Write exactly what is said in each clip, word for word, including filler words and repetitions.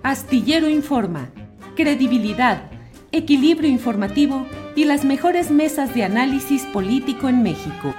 Astillero Informa, credibilidad, equilibrio informativo y las mejores mesas de análisis político en México.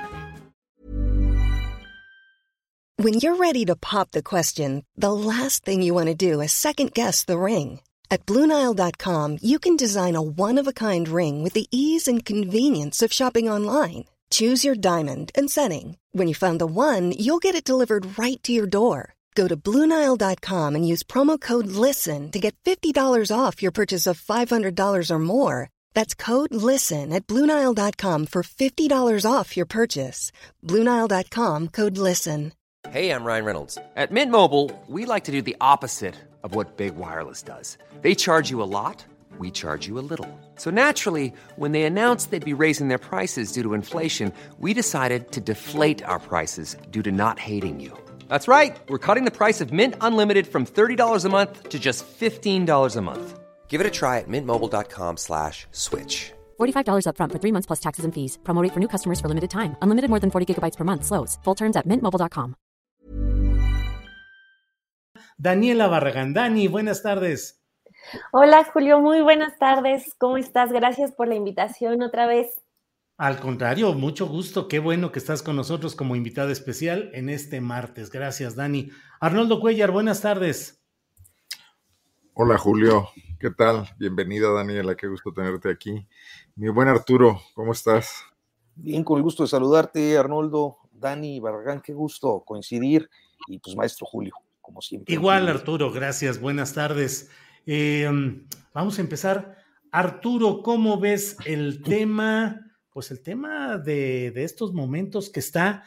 When you're ready to pop the question, the last thing you want to do is second-guess the ring. At Blue Nile dot com, you can design a one-of-a-kind ring with the ease and convenience of shopping online. Choose your diamond and setting. When you find the one, you'll get it delivered right to your door. Go to Blue Nile dot com and use promo code LISTEN to get fifty dollars off your purchase of five hundred dollars or more. That's code LISTEN at Blue Nile dot com for fifty dollars off your purchase. Blue Nile dot com, code LISTEN. Hey, I'm Ryan Reynolds. At Mint Mobile, we like to do the opposite of what Big Wireless does. They charge you a lot, we charge you a little. So naturally, when they announced they'd be raising their prices due to inflation, we decided to deflate our prices due to not hating you. That's right. We're cutting the price of Mint Unlimited from thirty dollars a month to just fifteen dollars a month. Give it a try at mintmobile.com slash switch. forty-five dollars up front for three months plus taxes and fees. Promo rate for new customers for limited time. Unlimited more than forty gigabytes per month. Slows full terms at mint mobile dot com. Daniela Barragán. Dani, buenas tardes. Hola Julio, muy buenas tardes. ¿Cómo estás? Gracias por la invitación otra vez. Al contrario, mucho gusto. Qué bueno que estás con nosotros como invitada especial en este martes. Gracias, Dani. Arnoldo Cuellar, buenas tardes. Hola Julio, ¿qué tal? Bienvenida Daniela, qué gusto tenerte aquí. Mi buen Arturo, ¿cómo estás? Bien, con el gusto de saludarte, Arnoldo, Dani, Barragán, qué gusto coincidir. Y pues maestro Julio, como siempre. Igual Arturo, gracias, buenas tardes. Eh, vamos a empezar. Arturo, ¿cómo ves el tema? Pues el tema de, de estos momentos que está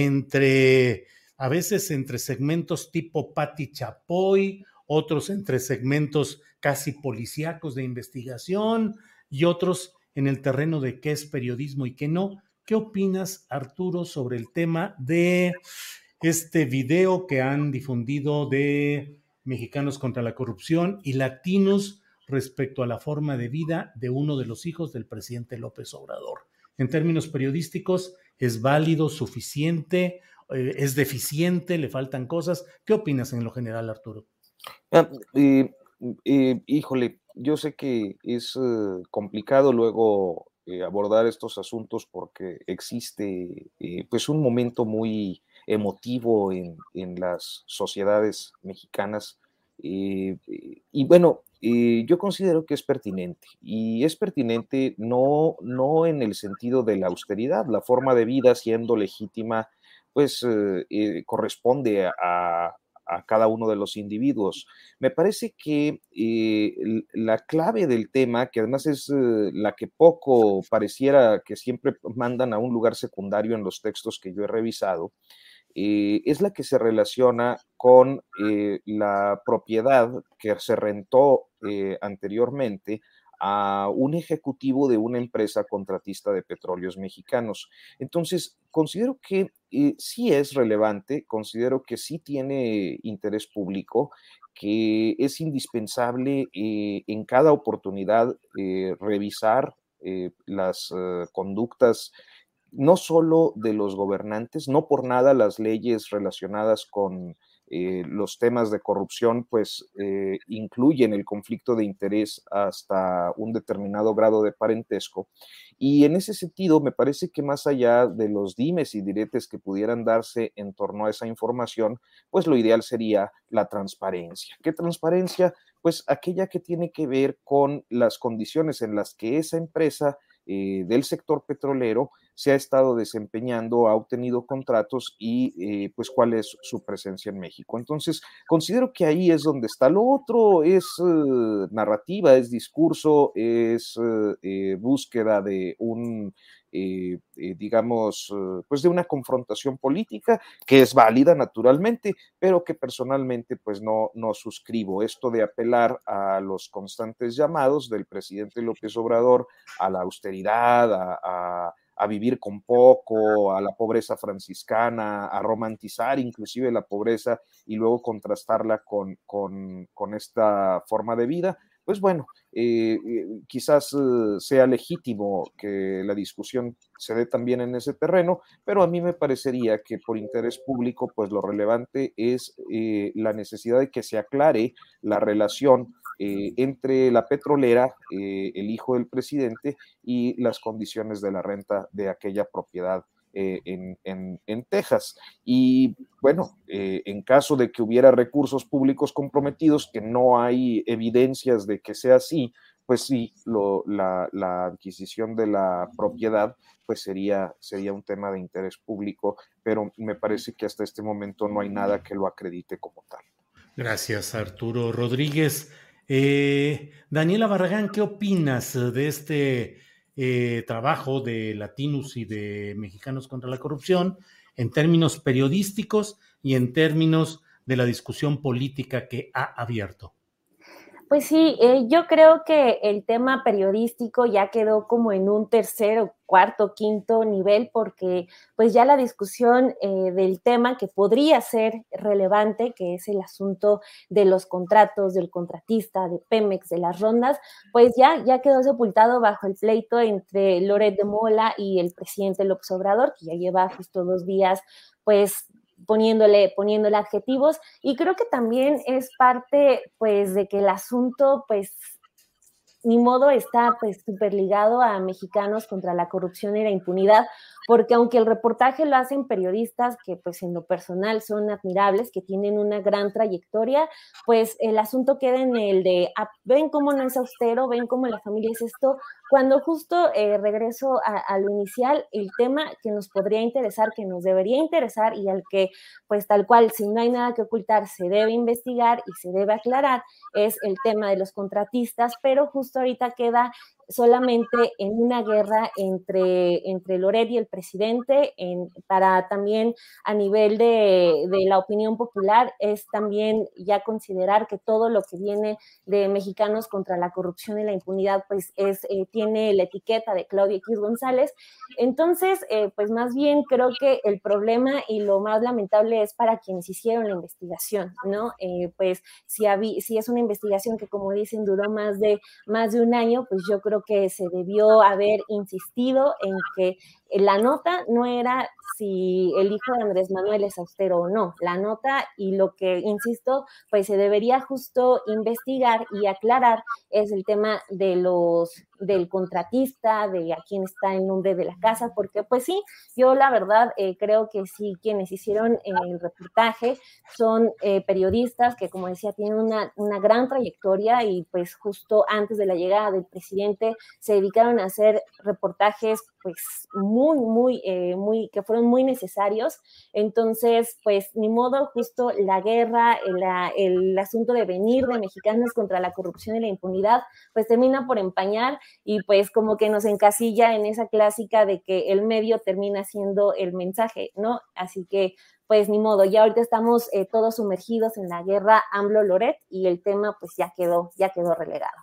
entre, a veces entre segmentos tipo Pati Chapoy, otros entre segmentos casi policíacos de investigación y otros en el terreno de qué es periodismo y qué no. ¿Qué opinas, Arturo, sobre el tema de este video que han difundido de Mexicanos contra la Corrupción y Latinos respecto a la forma de vida de uno de los hijos del presidente López Obrador? En términos periodísticos, ¿es válido, suficiente, eh, es deficiente, le faltan cosas? ¿Qué opinas en lo general, Arturo? Ah, eh, eh, híjole, yo sé que es eh, complicado luego eh, abordar estos asuntos porque existe eh, pues un momento muy emotivo en, en las sociedades mexicanas eh, y bueno, eh, yo considero que es pertinente y es pertinente no, no en el sentido de la austeridad, la forma de vida siendo legítima pues eh, eh, corresponde a a cada uno de los individuos. Me parece que eh, la clave del tema, que además es eh, la que poco pareciera que siempre mandan a un lugar secundario en los textos que yo he revisado, eh, es la que se relaciona con eh, la propiedad que se rentó eh, anteriormente a un ejecutivo de una empresa contratista de petróleos mexicanos. Entonces, considero que eh, sí es relevante, considero que sí tiene interés público, que es indispensable eh, en cada oportunidad eh, revisar eh, las uh, conductas no solo de los gobernantes, no por nada las leyes relacionadas con eh, los temas de corrupción, pues eh, incluyen el conflicto de interés hasta un determinado grado de parentesco. Y en ese sentido, me parece que más allá de los dimes y diretes que pudieran darse en torno a esa información, pues lo ideal sería la transparencia. ¿Qué transparencia? Pues aquella que tiene que ver con las condiciones en las que esa empresa eh, del sector petrolero se ha estado desempeñando, ha obtenido contratos y eh, pues cuál es su presencia en México. Entonces, considero que ahí es donde está. Lo otro es eh, narrativa, es discurso, es eh, eh, búsqueda de un, eh, eh, digamos, eh, pues de una confrontación política que es válida naturalmente, pero que personalmente pues no, no suscribo. Esto de apelar a los constantes llamados del presidente López Obrador a la austeridad, a, a a vivir con poco, a la pobreza franciscana, a romantizar inclusive la pobreza y luego contrastarla con, con, con esta forma de vida, pues bueno, eh, quizás eh, sea legítimo que la discusión se dé también en ese terreno, pero a mí me parecería que por interés público, pues lo relevante es eh, la necesidad de que se aclare la relación eh, entre la petrolera, eh, el hijo del presidente, y las condiciones de la renta de aquella propiedad Eh, en, en, en Texas. Y bueno, eh, en caso de que hubiera recursos públicos comprometidos, que no hay evidencias de que sea así, pues sí, lo, la, la adquisición de la propiedad pues sería, sería un tema de interés público, pero me parece que hasta este momento no hay nada que lo acredite como tal. Gracias, Arturo Rodríguez. Eh, Daniela Barragán, ¿qué opinas de este eh, trabajo de Latinus y de Mexicanos contra la Corrupción en términos periodísticos y en términos de la discusión política que ha abierto? Pues sí, eh, yo creo que el tema periodístico ya quedó como en un tercero, cuarto, quinto nivel, porque pues ya la discusión eh, del tema que podría ser relevante, que es el asunto de los contratos, del contratista, de Pemex, de las rondas, pues ya, ya quedó sepultado bajo el pleito entre Loret de Mola y el presidente López Obrador, que ya lleva justo dos días, pues poniéndole, poniéndole adjetivos, y creo que también es parte, pues, de que el asunto, pues, ni modo está, pues, súper ligado a Mexicanos contra la Corrupción y la Impunidad, porque aunque el reportaje lo hacen periodistas que, pues, en lo personal son admirables, que tienen una gran trayectoria, pues, el asunto queda en el de, ah, ven cómo no es austero, ven cómo la familia es esto, cuando justo eh, regreso a, a lo inicial, el tema que nos podría interesar, que nos debería interesar y al que, pues tal cual, si no hay nada que ocultar, se debe investigar y se debe aclarar, es el tema de los contratistas, pero justo ahorita queda solamente en una guerra entre, entre Loret y el presidente, en, para también a nivel de, de la opinión popular, es también ya considerar que todo lo que viene de Mexicanos contra la Corrupción y la Impunidad, pues es, eh, tiene la etiqueta de Claudia X González. Entonces, eh, pues más bien creo que el problema y lo más lamentable es para quienes hicieron la investigación, ¿no? Eh, pues si, habí, si es una investigación que, como dicen, duró más de, más de un año, pues yo creo que se debió haber insistido en que la nota no era si el hijo de Andrés Manuel es austero o no, la nota y lo que, insisto, pues se debería justo investigar y aclarar es el tema de los, del contratista, de a quién está el nombre de la casa, porque pues sí, yo la verdad eh, creo que sí, quienes hicieron el reportaje son eh, periodistas que, como decía, tienen una, una gran trayectoria y pues justo antes de la llegada del presidente se dedicaron a hacer reportajes pues muy, muy, eh, muy, que fueron muy necesarios. Entonces, pues ni modo, justo la guerra, el, el asunto de venir de Mexicanos contra la corrupción y la impunidad, pues termina por empañar y pues como que nos encasilla en esa clásica de que el medio termina siendo el mensaje, ¿no? Así que pues ni modo, ya ahorita estamos eh, todos sumergidos en la guerra AMLO-Loret y el tema pues ya quedó, ya quedó relegado.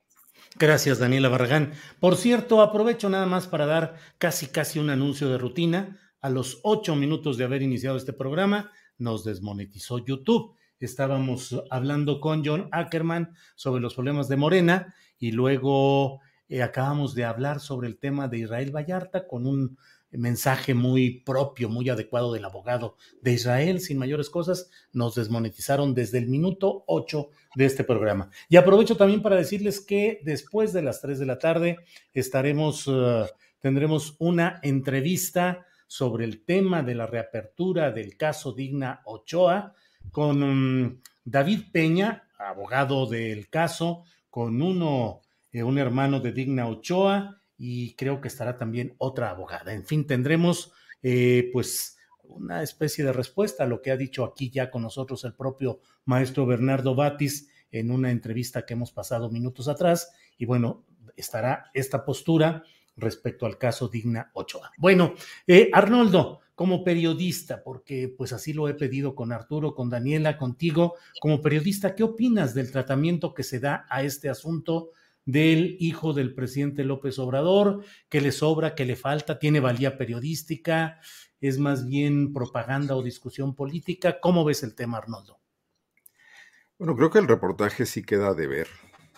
Gracias, Daniela Barragán. Por cierto, aprovecho nada más para dar casi casi un anuncio de rutina. A los ocho minutos de haber iniciado este programa, nos desmonetizó YouTube. Estábamos hablando con John Ackerman sobre los problemas de Morena y luego eh, acabamos de hablar sobre el tema de Israel Vallarta con un mensaje muy propio, muy adecuado del abogado de Israel, sin mayores cosas. Nos desmonetizaron desde el minuto ocho de este programa. Y aprovecho también para decirles que después de las tres de la tarde estaremos, uh, tendremos una entrevista sobre el tema de la reapertura del caso Digna Ochoa con um, David Peña, abogado del caso, con uno, eh, un hermano de Digna Ochoa, y creo que estará también otra abogada. En fin, tendremos eh, pues una especie de respuesta a lo que ha dicho aquí ya con nosotros el propio maestro Bernardo Batis en una entrevista que hemos pasado minutos atrás, y bueno, estará esta postura respecto al caso Digna Ochoa. Bueno, eh, Arnoldo, como periodista, porque pues así lo he pedido con Arturo, con Daniela, contigo, como periodista, ¿qué opinas del tratamiento que se da a este asunto del hijo del presidente López Obrador? ¿Qué le sobra, qué le falta? ¿Tiene valía periodística? ¿Es más bien propaganda o discusión política? ¿Cómo ves el tema, Arnoldo? Bueno, creo que el reportaje sí queda de ver.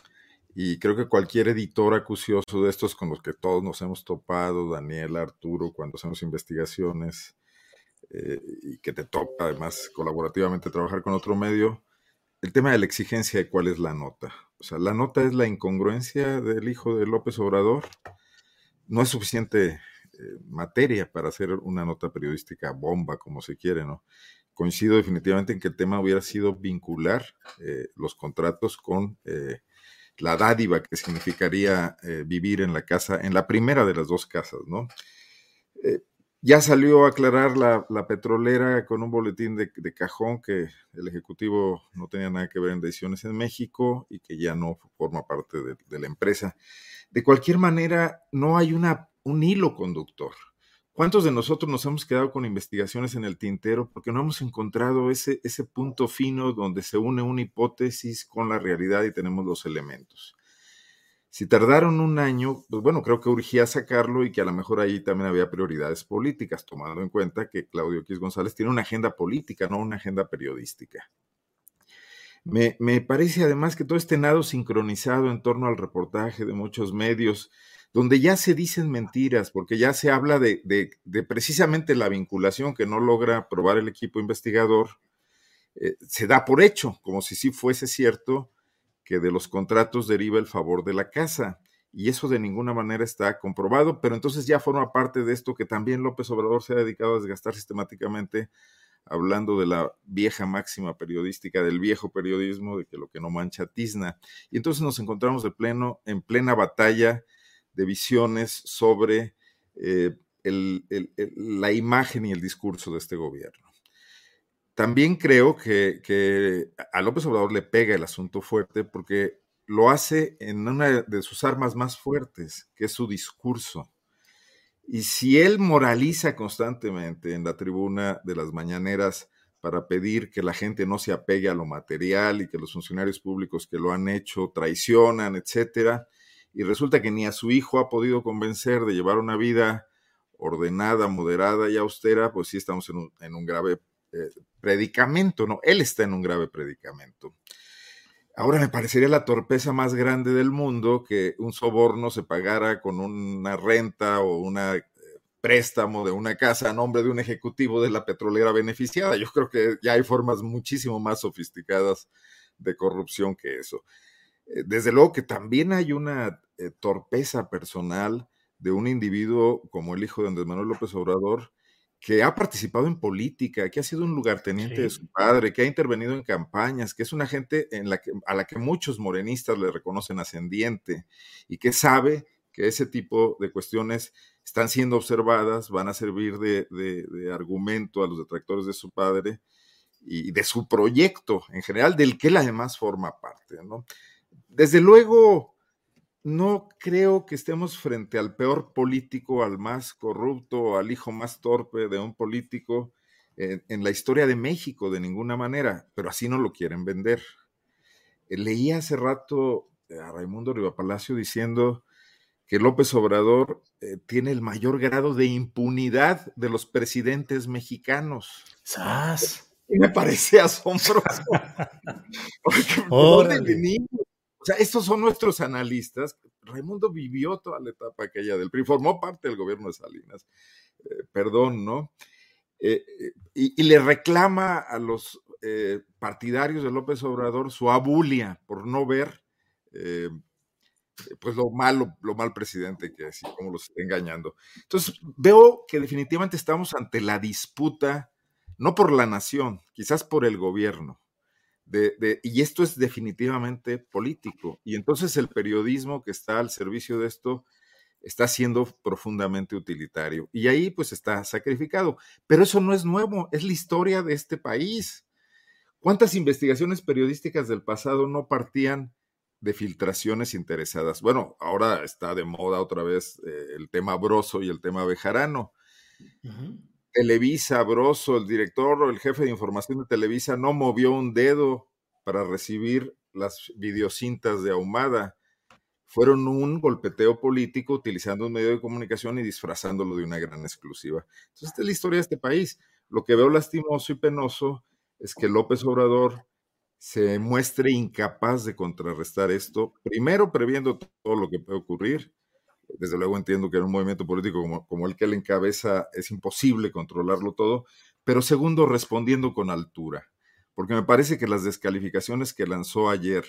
Y creo que cualquier editor acucioso de estos con los que todos nos hemos topado, Daniel, Arturo, cuando hacemos investigaciones, eh, y que te toca además colaborativamente trabajar con otro medio, el tema de la exigencia de cuál es la nota. O sea, la nota es la incongruencia del hijo de López Obrador. No es suficiente eh, materia para hacer una nota periodística bomba, como se quiere, ¿no? Coincido definitivamente en que el tema hubiera sido vincular eh, los contratos con eh, la dádiva que significaría eh, vivir en la casa, en la primera de las dos casas, ¿no? Eh, ya salió a aclarar la, la petrolera con un boletín de, de cajón que el Ejecutivo no tenía nada que ver en decisiones en México y que ya no forma parte de, de la empresa. De cualquier manera, no hay una, un hilo conductor. ¿Cuántos de nosotros nos hemos quedado con investigaciones en el tintero porque no hemos encontrado ese, ese punto fino donde se une una hipótesis con la realidad y tenemos los elementos? Si tardaron un año, pues bueno, creo que urgía sacarlo y que a lo mejor ahí también había prioridades políticas, tomando en cuenta que Claudio X González tiene una agenda política, no una agenda periodística. Me, me parece además que todo este nado sincronizado en torno al reportaje de muchos medios, donde ya se dicen mentiras, porque ya se habla de, de, de precisamente la vinculación que no logra probar el equipo investigador, eh, se da por hecho, como si sí fuese cierto que de los contratos deriva el favor de la casa, y eso de ninguna manera está comprobado, pero entonces ya forma parte de esto que también López Obrador se ha dedicado a desgastar sistemáticamente, hablando de la vieja máxima periodística, del viejo periodismo, de que lo que no mancha tizna. Y entonces nos encontramos de pleno, en plena batalla de visiones sobre eh, el, el, el, la imagen y el discurso de este gobierno. También creo que, que a López Obrador le pega el asunto fuerte porque lo hace en una de sus armas más fuertes, que es su discurso. Y si él moraliza constantemente en la tribuna de las mañaneras para pedir que la gente no se apegue a lo material y que los funcionarios públicos que lo han hecho traicionan, etcétera, y resulta que ni a su hijo ha podido convencer de llevar una vida ordenada, moderada y austera, pues sí estamos en un, en un grave eh, predicamento, ¿no? Él está en un grave predicamento. Ahora me parecería la torpeza más grande del mundo que un soborno se pagara con una renta o un préstamo de una casa a nombre de un ejecutivo de la petrolera beneficiada. Yo creo que ya hay formas muchísimo más sofisticadas de corrupción que eso. Desde luego que también hay una eh, torpeza personal de un individuo como el hijo de Andrés Manuel López Obrador, que ha participado en política, que ha sido un lugarteniente sí. de su padre, que ha intervenido en campañas, que es una gente en la que, a la que muchos morenistas le reconocen ascendiente y que sabe que ese tipo de cuestiones están siendo observadas, van a servir de, de, de argumento a los detractores de su padre y de su proyecto en general, del que él además forma parte, ¿no? Desde luego, no creo que estemos frente al peor político, al más corrupto, al hijo más torpe de un político eh, en la historia de México, de ninguna manera, pero así no lo quieren vender. Eh, leí hace rato a Raimundo Rivapalacio diciendo que López Obrador eh, tiene el mayor grado de impunidad de los presidentes mexicanos. ¡Sas! Y me parece asombroso. Porque, ¿por dónde venimos? O sea, estos son nuestros analistas. Raimundo vivió toda la etapa aquella del P R I, formó parte del gobierno de Salinas, eh, perdón, ¿no? Eh, y, y le reclama a los eh, partidarios de López Obrador su abulia por no ver eh, pues lo malo, lo mal presidente que es y cómo los está engañando. Entonces veo que definitivamente estamos ante la disputa, no por la nación, quizás por el gobierno. De, de, y esto es definitivamente político, y entonces el periodismo que está al servicio de esto está siendo profundamente utilitario, y ahí pues está sacrificado, pero eso no es nuevo, es la historia de este país. ¿Cuántas investigaciones periodísticas del pasado no partían de filtraciones interesadas? Bueno, ahora está de moda otra vez eh, el tema Broso y el tema Bejarano. Uh-huh. Televisa, Broso, el director o el jefe de información de Televisa no movió un dedo para recibir las videocintas de Ahumada. Fueron un golpeteo político utilizando un medio de comunicación y disfrazándolo de una gran exclusiva. Entonces, esta es la historia de este país. Lo que veo lastimoso y penoso es que López Obrador se muestre incapaz de contrarrestar esto, primero previendo todo lo que puede ocurrir. Desde luego entiendo que en un movimiento político como, como el que él encabeza es imposible controlarlo todo, pero segundo, respondiendo con altura, porque me parece que las descalificaciones que lanzó ayer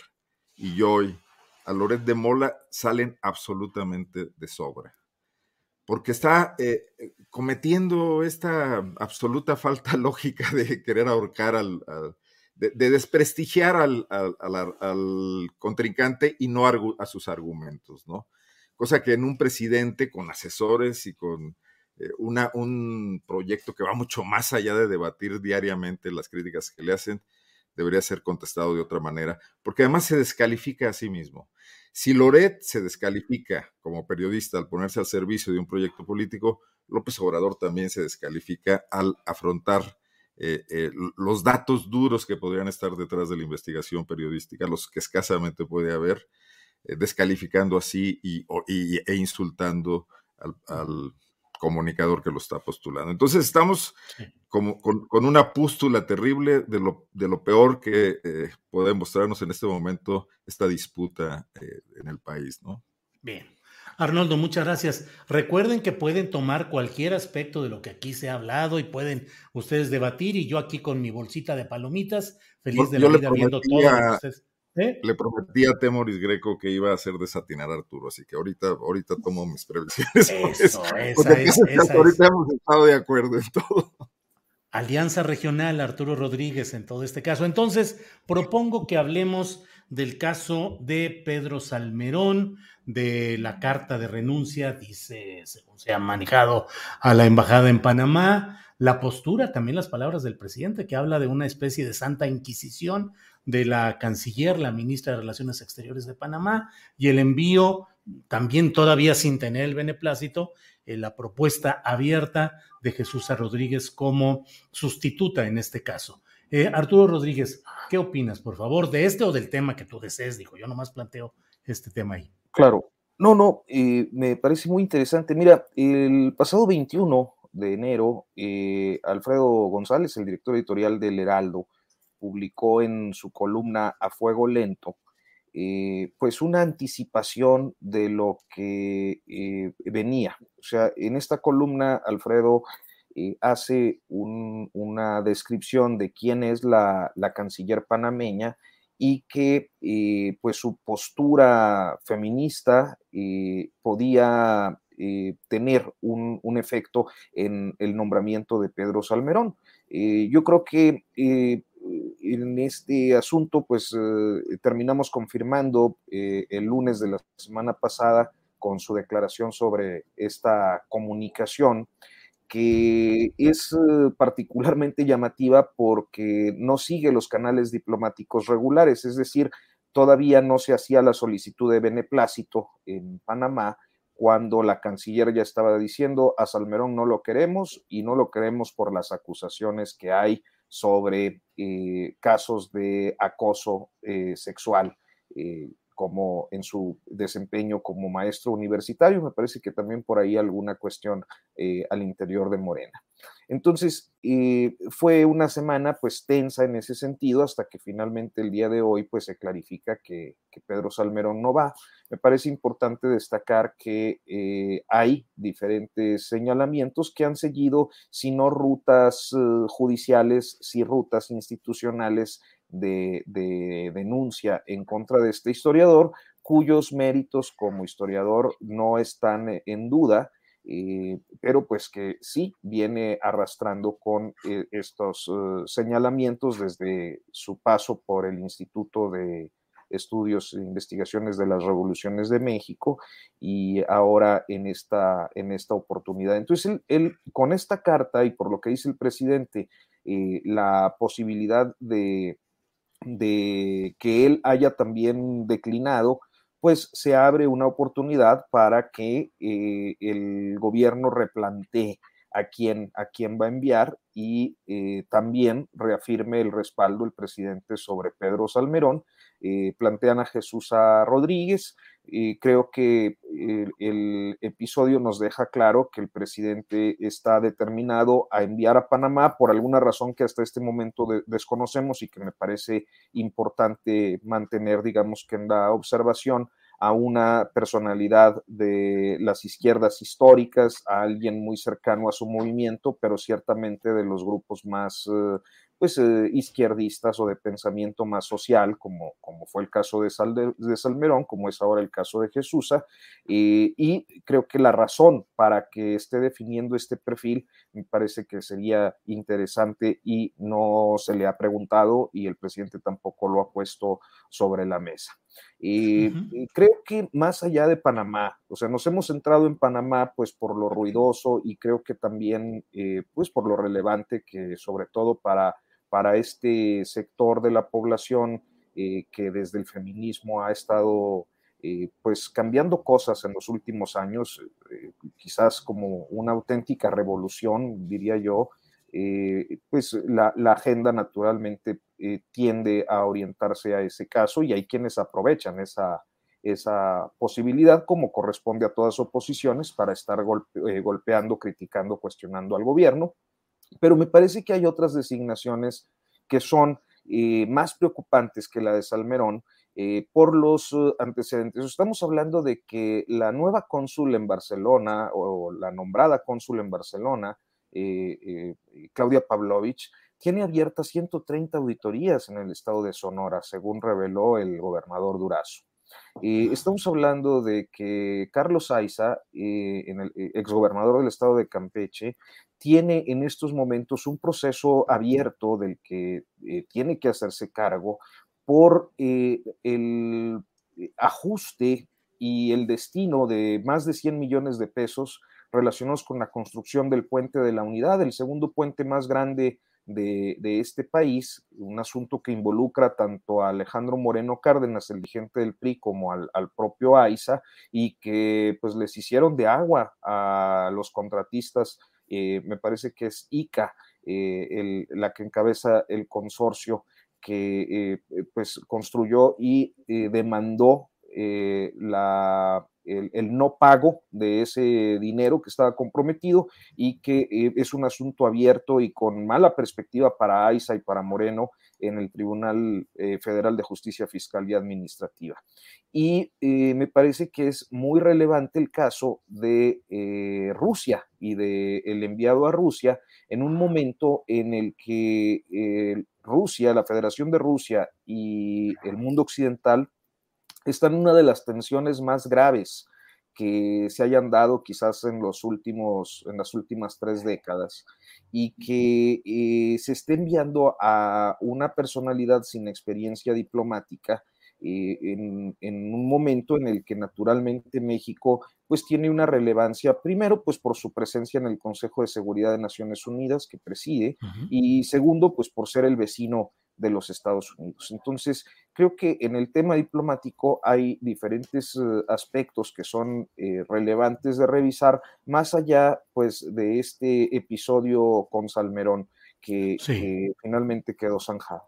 y hoy a Loret de Mola salen absolutamente de sobra, porque está eh, cometiendo esta absoluta falta lógica de querer ahorcar al... al De, de desprestigiar al, al, al, al contrincante y no argu, a sus argumentos, ¿no? Cosa que en un presidente con asesores y con eh, una, un proyecto que va mucho más allá de debatir diariamente las críticas que le hacen, debería ser contestado de otra manera, porque además se descalifica a sí mismo. Si Loret se descalifica como periodista al ponerse al servicio de un proyecto político, López Obrador también se descalifica al afrontar Eh, eh, los datos duros que podrían estar detrás de la investigación periodística, los que escasamente puede haber, eh, descalificando así y, o, y, e insultando al, al comunicador que lo está postulando. Entonces estamos como, con, con una pústula terrible de lo, de lo peor que eh, puede mostrarnos en este momento esta disputa eh, en el país, ¿no? Bien. Arnoldo, muchas gracias. Recuerden que pueden tomar cualquier aspecto de lo que aquí se ha hablado y pueden ustedes debatir, y yo aquí con mi bolsita de palomitas, feliz de yo la vida prometía, viendo todo lo que ustedes... ¿Eh? Le prometí a Temoris Greco que iba a hacer desatinar a Arturo, así que ahorita, ahorita tomo mis previsiones. Eso, porque, esa porque es, esa ahorita es. hemos estado de acuerdo en todo. Alianza Regional, Arturo Rodríguez en todo este caso. Entonces, propongo que hablemos del caso de Pedro Salmerón, de la carta de renuncia, dice, según se ha manejado, a la embajada en Panamá, la postura, también las palabras del presidente, que habla de una especie de santa inquisición de la canciller, la ministra de Relaciones Exteriores de Panamá, y el envío, también todavía sin tener el beneplácito, eh, la propuesta abierta de Jesús Rodríguez como sustituta en este caso. Eh, Arturo Rodríguez, ¿qué opinas, por favor, de este o del tema que tú desees? Dijo, yo nomás planteo este tema ahí. Claro, no, no, eh, me parece muy interesante. Mira, el pasado veintiuno de enero, eh, Alfredo González, el director editorial del Heraldo, publicó en su columna A Fuego Lento, eh, pues una anticipación de lo que eh, venía. O sea, en esta columna, Alfredo eh, hace un, una descripción de quién es la, la canciller panameña y que eh, pues su postura feminista eh, podía eh, tener un, un efecto en el nombramiento de Pedro Salmerón. Eh, yo creo que eh, en este asunto pues eh, terminamos confirmando eh, el lunes de la semana pasada con su declaración sobre esta comunicación, que es eh, particularmente llamativa porque no sigue los canales diplomáticos regulares, es decir, todavía no se hacía la solicitud de beneplácito en Panamá cuando la canciller ya estaba diciendo a Salmerón no lo queremos y no lo queremos por las acusaciones que hay sobre eh, casos de acoso eh, sexual, eh, como en su desempeño como maestro universitario. Me parece que también por ahí alguna cuestión eh, al interior de Morena. Entonces, eh, fue una semana pues tensa en ese sentido hasta que finalmente el día de hoy pues se clarifica que, que Pedro Salmerón no va. Me parece importante destacar que eh, hay diferentes señalamientos que han seguido, si no rutas eh, judiciales, si rutas institucionales de, de denuncia en contra de este historiador, cuyos méritos como historiador no están en duda. Eh, pero pues que sí viene arrastrando con eh, estos uh, señalamientos desde su paso por el Instituto de Estudios e Investigaciones de las Revoluciones de México y ahora en esta, en esta oportunidad. Entonces, él, él con esta carta y por lo que dice el presidente, eh, la posibilidad de, de que él haya también declinado, pues se abre una oportunidad para que eh, el gobierno replantee a quién, a quién va a enviar y eh, también reafirme el respaldo del presidente sobre Pedro Salmerón, eh, plantean a Jesús a Rodríguez. Y creo que el, el episodio nos deja claro que el presidente está determinado a enviar a Panamá por alguna razón que hasta este momento de, desconocemos y que me parece importante mantener, digamos, que en la observación, a una personalidad de las izquierdas históricas, a alguien muy cercano a su movimiento, pero ciertamente de los grupos más eh, pues, eh, izquierdistas o de pensamiento más social, como, como fue el caso de, Sal de, de Salmerón, como es ahora el caso de Jesús. Eh, y creo que la razón para que esté definiendo este perfil me parece que sería interesante y no se le ha preguntado y el presidente tampoco lo ha puesto sobre la mesa. Eh, uh-huh. Creo que más allá de Panamá, o sea, nos hemos centrado en Panamá pues por lo ruidoso y creo que también eh, pues por lo relevante que sobre todo para, para este sector de la población eh, que desde el feminismo ha estado eh, pues cambiando cosas en los últimos años, eh, quizás como una auténtica revolución, diría yo. Eh, pues la, la agenda naturalmente eh, tiende a orientarse a ese caso y hay quienes aprovechan esa, esa posibilidad como corresponde a todas oposiciones para estar golpe, eh, golpeando, criticando, cuestionando al gobierno, pero me parece que hay otras designaciones que son eh, más preocupantes que la de Salmerón eh, por los uh, antecedentes. Estamos hablando de que la nueva cónsul en Barcelona o la nombrada cónsul en Barcelona, Eh, eh, Claudia Pavlovich, tiene abiertas ciento treinta auditorías en el estado de Sonora, según reveló el gobernador Durazo. Eh, estamos hablando de que Carlos Aiza, eh, en el, eh, exgobernador del estado de Campeche, tiene en estos momentos un proceso abierto del que eh, tiene que hacerse cargo por eh, el ajuste y el destino de más de cien millones de pesos relacionados con la construcción del puente de la Unidad, el segundo puente más grande de, de este país, un asunto que involucra tanto a Alejandro Moreno Cárdenas, el dirigente del P R I, como al, al propio Aiza, y que pues les hicieron de agua a los contratistas, eh, me parece que es I C A, eh, el, la que encabeza el consorcio que eh, pues construyó y eh, demandó eh, la... El, el no pago de ese dinero que estaba comprometido y que eh, es un asunto abierto y con mala perspectiva para Aiza y para Moreno en el Tribunal eh, Federal de Justicia Fiscal y Administrativa. Y eh, me parece que es muy relevante el caso de eh, Rusia y del enviado a Rusia en un momento en el que eh, Rusia, la Federación de Rusia y el mundo occidental están en una de las tensiones más graves que se hayan dado quizás en los últimos, en las últimas tres décadas, y que eh, se esté enviando a una personalidad sin experiencia diplomática eh, en, en un momento en el que naturalmente México pues tiene una relevancia, primero pues por su presencia en el Consejo de Seguridad de Naciones Unidas que preside, uh-huh. y segundo pues por ser el vecino de los Estados Unidos. Entonces, creo que en el tema diplomático hay diferentes uh, aspectos que son eh, relevantes de revisar, más allá, pues, de este episodio con Salmerón, que, sí. que finalmente quedó zanjado.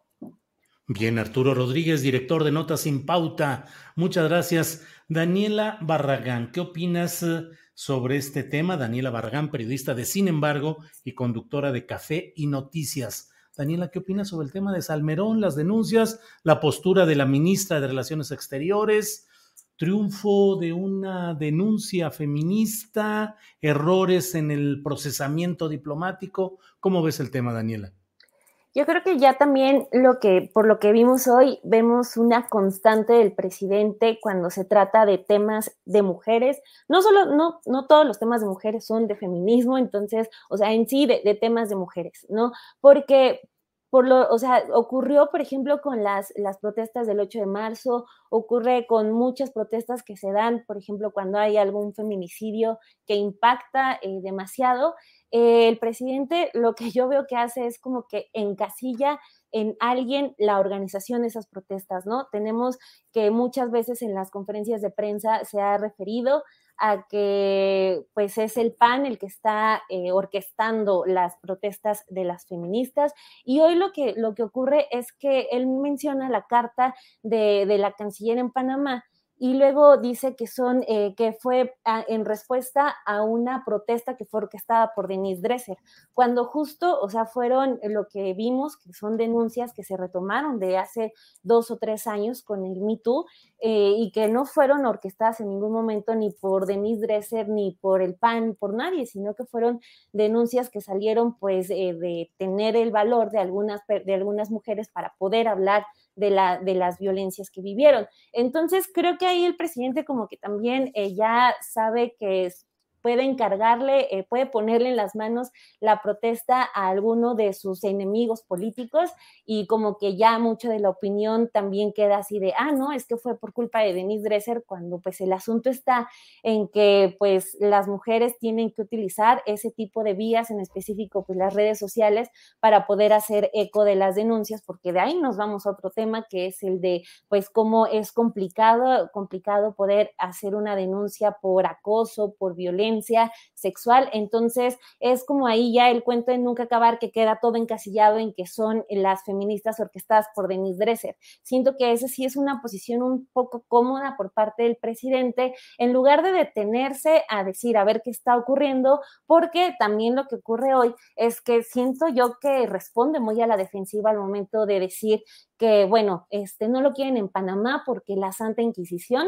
Bien, Arturo Rodríguez, director de Notas sin Pauta. Muchas gracias. Daniela Barragán, ¿qué opinas sobre este tema? Daniela Barragán, periodista de Sin Embargo y conductora de Café y Noticias. Daniela, ¿qué opinas sobre el tema de Salmerón, las denuncias, la postura de la ministra de Relaciones Exteriores, triunfo de una denuncia feminista, errores en el procesamiento diplomático? ¿Cómo ves el tema, Daniela? Yo creo que ya también lo que, por lo que vimos hoy, vemos una constante del presidente cuando se trata de temas de mujeres. No solo, no, no todos los temas de mujeres son de feminismo, entonces, o sea, en sí de, de temas de mujeres, ¿no? Porque, por lo, o sea, ocurrió, por ejemplo, con las, las protestas del ocho de marzo, ocurre con muchas protestas que se dan, por ejemplo, cuando hay algún feminicidio que impacta eh, demasiado. Eh, el presidente lo que yo veo que hace es como que encasilla en alguien la organización de esas protestas, ¿no? Tenemos que muchas veces en las conferencias de prensa se ha referido a que pues es el P A N el que está eh, orquestando las protestas de las feministas. Y hoy lo que, lo que ocurre es que él menciona la carta de, de la canciller en Panamá, y luego dice que son eh, que fue a, en respuesta a una protesta que fue orquestada por Denise Dresser, cuando justo, o sea, fueron lo que vimos, que son denuncias que se retomaron de hace dos o tres años con el Me Too, eh, y que no fueron orquestadas en ningún momento ni por Denise Dresser, ni por el P A N, ni por nadie, sino que fueron denuncias que salieron pues eh, de tener el valor de algunas, de algunas mujeres para poder hablar de, la, de las violencias que vivieron. Entonces creo que ahí el presidente como que también eh, ya sabe que es, puede encargarle, eh, puede ponerle en las manos la protesta a alguno de sus enemigos políticos, y como que ya mucho de la opinión también queda así de, ah, no, es que fue por culpa de Denise Dresser, cuando pues el asunto está en que pues las mujeres tienen que utilizar ese tipo de vías, en específico pues las redes sociales, para poder hacer eco de las denuncias, porque de ahí nos vamos a otro tema, que es el de pues cómo es complicado, complicado poder hacer una denuncia por acoso, por violencia sexual. Entonces es como ahí ya el cuento de nunca acabar, que queda todo encasillado en que son las feministas orquestadas por Denise Dresser. Siento que esa sí es una posición un poco cómoda por parte del presidente, en lugar de detenerse a decir a ver qué está ocurriendo, porque también lo que ocurre hoy es que siento yo que responde muy a la defensiva al momento de decir que, bueno, este, no lo quieren en Panamá porque la Santa Inquisición.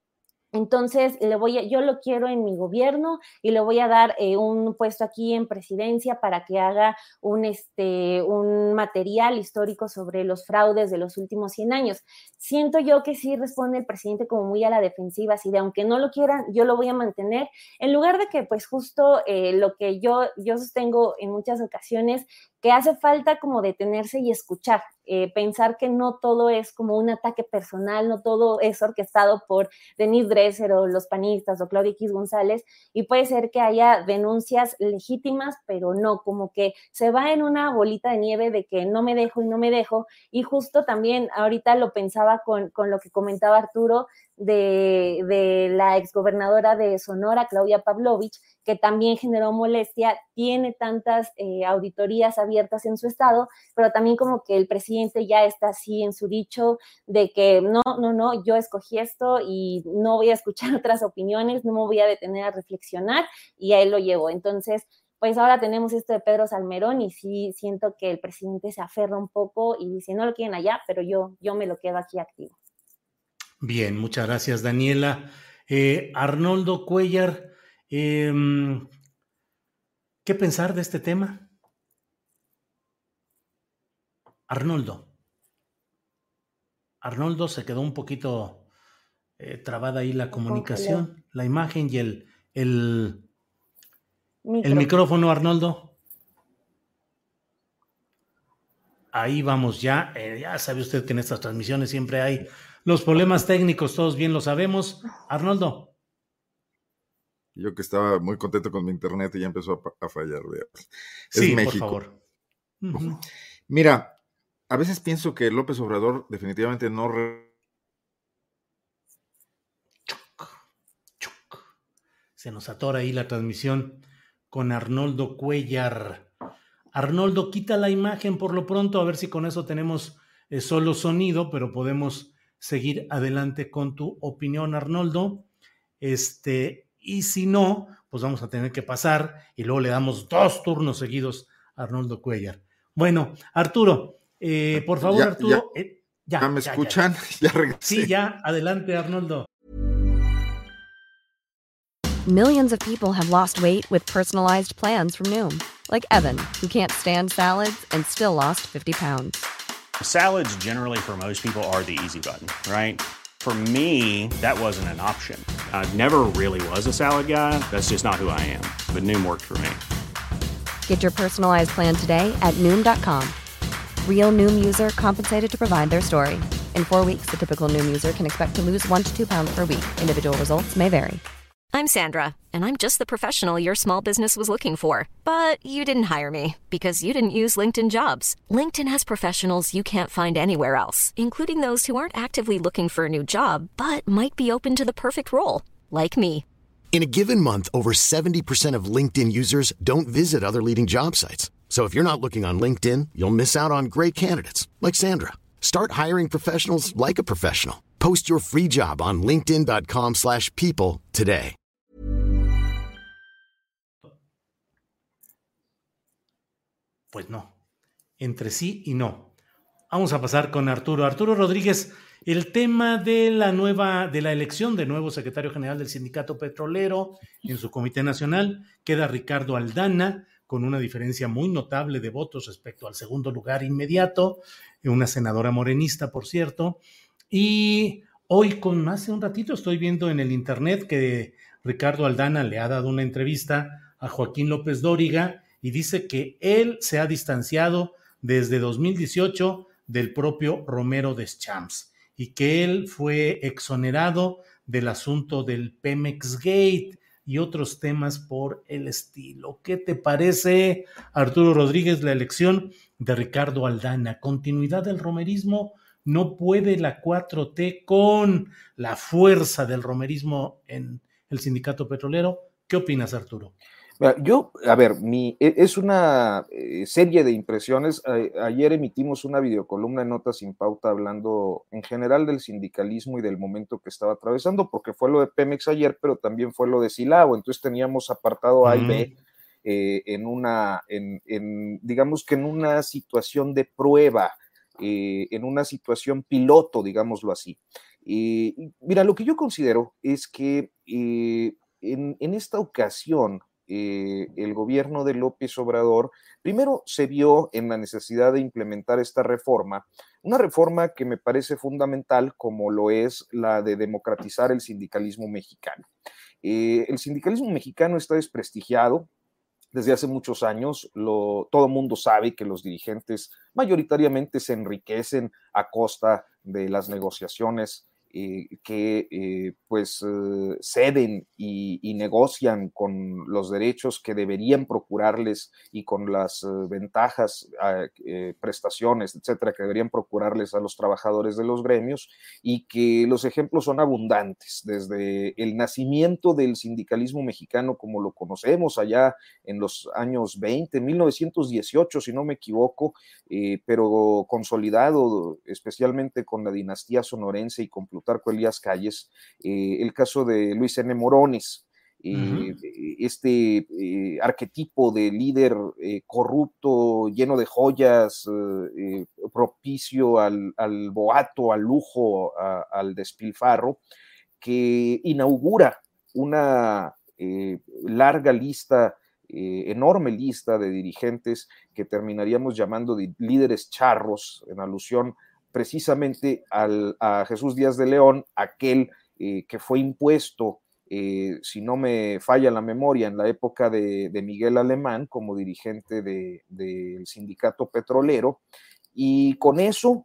Entonces, le voy a, yo lo quiero en mi gobierno y le voy a dar eh, un puesto aquí en presidencia para que haga un, este, un material histórico sobre los fraudes de los últimos cien años. Siento yo que sí responde el presidente como muy a la defensiva, así de aunque no lo quieran, yo lo voy a mantener, en lugar de que pues justo eh, lo que yo, yo sostengo en muchas ocasiones, que hace falta como detenerse y escuchar, eh, pensar que no todo es como un ataque personal, no todo es orquestado por Denise Dresser o los panistas o Claudia X González, y puede ser que haya denuncias legítimas, pero no, como que se va en una bolita de nieve de que no me dejo y no me dejo. Y justo también ahorita lo pensaba con, con lo que comentaba Arturo de, de la exgobernadora de Sonora, Claudia Pavlovich, que también generó molestia, tiene tantas eh, auditorías abiertas en su estado, pero también como que el presidente ya está así en su dicho de que no, no, no, yo escogí esto y no voy a escuchar otras opiniones, no me voy a detener a reflexionar, y a él lo llevo. Entonces, pues ahora tenemos esto de Pedro Salmerón, y sí siento que el presidente se aferra un poco y dice, no lo quieren allá, pero yo, yo me lo quedo aquí activo. Bien, muchas gracias, Daniela. Eh, Arnoldo Cuellar, eh, ¿qué pensar de este tema? Arnoldo. Arnoldo, se quedó un poquito eh, trabada ahí la comunicación, congelé. La imagen y el, el, Micro. el micrófono, Arnoldo. Ahí vamos ya. Eh, ya sabe usted que en estas transmisiones siempre hay los problemas técnicos, todos bien lo sabemos. Arnoldo. Yo que estaba muy contento con mi internet y ya empezó a, a fallar. Es sí, México. Por favor. Uh-huh. Mira, a veces pienso que López Obrador definitivamente no... Re... Chuc, chuc. Se nos atora ahí la transmisión con Arnoldo Cuellar. Arnoldo, quita la imagen por lo pronto, a ver si con eso tenemos eh, solo sonido, pero podemos seguir adelante con tu opinión, Arnoldo. Este... Y si no, pues vamos a tener que pasar y luego le damos dos turnos seguidos a Arnoldo Cuellar. Bueno, Arturo, eh, por favor, ya, Arturo. Ya, eh, ya, ¿ya me ya, escuchan? Ya, ya regresé. Sí, ya, adelante, Arnoldo. Millions of people have lost weight with personalized plans from Noom. Like Evan, who can't stand salads and still lost fifty pounds. Salads generally for most people are the easy button, right? For me, that wasn't an option. I never really was a salad guy. That's just not who I am. But Noom worked for me. Get your personalized plan today at Noom dot com. Real Noom user compensated to provide their story. In four weeks, the typical Noom user can expect to lose one to two pounds per week. Individual results may vary. I'm Sandra, and I'm just the professional your small business was looking for. But you didn't hire me because you didn't use LinkedIn Jobs. LinkedIn has professionals you can't find anywhere else, including those who aren't actively looking for a new job, but might be open to the perfect role, like me. In a given month, over seventy percent of LinkedIn users don't visit other leading job sites. So if you're not looking on LinkedIn, you'll miss out on great candidates like Sandra. Start hiring professionals like a professional. Post your free job on linkedin.com slash people today. Pues no, entre sí y no. Vamos a pasar con Arturo. Arturo Rodríguez, el tema de la nueva, de la elección de nuevo secretario general del Sindicato Petrolero en su Comité Nacional, queda Ricardo Aldana, con una diferencia muy notable de votos respecto al segundo lugar inmediato, una senadora morenista, por cierto, y hoy con hace un ratito estoy viendo en el internet que Ricardo Aldana le ha dado una entrevista a Joaquín López Dóriga y dice que él se ha distanciado desde dos mil dieciocho del propio Romero Deschamps y que él fue exonerado del asunto del Pemex Gate y otros temas por el estilo. ¿Qué te parece, Arturo Rodríguez, la elección de Ricardo Aldana? ¿Continuidad del romerismo? ¿No puede la cuatro T con la fuerza del romerismo en el sindicato petrolero? ¿Qué opinas, Arturo? Yo, a ver, mi, es una serie de impresiones. A, ayer emitimos una videocolumna en Notas Sin Pauta hablando en general del sindicalismo y del momento que estaba atravesando, porque fue lo de Pemex ayer, pero también fue lo de Silao. Entonces teníamos apartado A y B eh, en una, en, en, digamos que en una situación de prueba, eh, en una situación piloto, digámoslo así. Eh, mira, lo que yo considero es que eh, en, en esta ocasión, Eh, el gobierno de López Obrador primero se vio en la necesidad de implementar esta reforma, una reforma que me parece fundamental, como lo es la de democratizar el sindicalismo mexicano. Eh, el sindicalismo mexicano está desprestigiado desde hace muchos años. Lo, todo el mundo sabe que los dirigentes mayoritariamente se enriquecen a costa de las negociaciones Eh, que eh, pues eh, ceden y, y negocian con los derechos que deberían procurarles y con las eh, ventajas, eh, prestaciones, etcétera, que deberían procurarles a los trabajadores de los gremios, y que los ejemplos son abundantes, desde el nacimiento del sindicalismo mexicano como lo conocemos allá en los años veinte, mil novecientos dieciocho, si no me equivoco, eh, pero consolidado especialmente con la dinastía sonorense y con Plutarco Elías Calles, eh, el caso de Luis N. Morones, eh, uh-huh. este eh, arquetipo de líder eh, corrupto, lleno de joyas, eh, propicio al, al boato, al lujo, a, al despilfarro, que inaugura una eh, larga lista, eh, enorme lista de dirigentes que terminaríamos llamando de líderes charros, en alusión precisamente al, a Jesús Díaz de León, aquel eh, que fue impuesto, eh, si no me falla la memoria, en la época de, de Miguel Alemán como dirigente del de sindicato petrolero, y con eso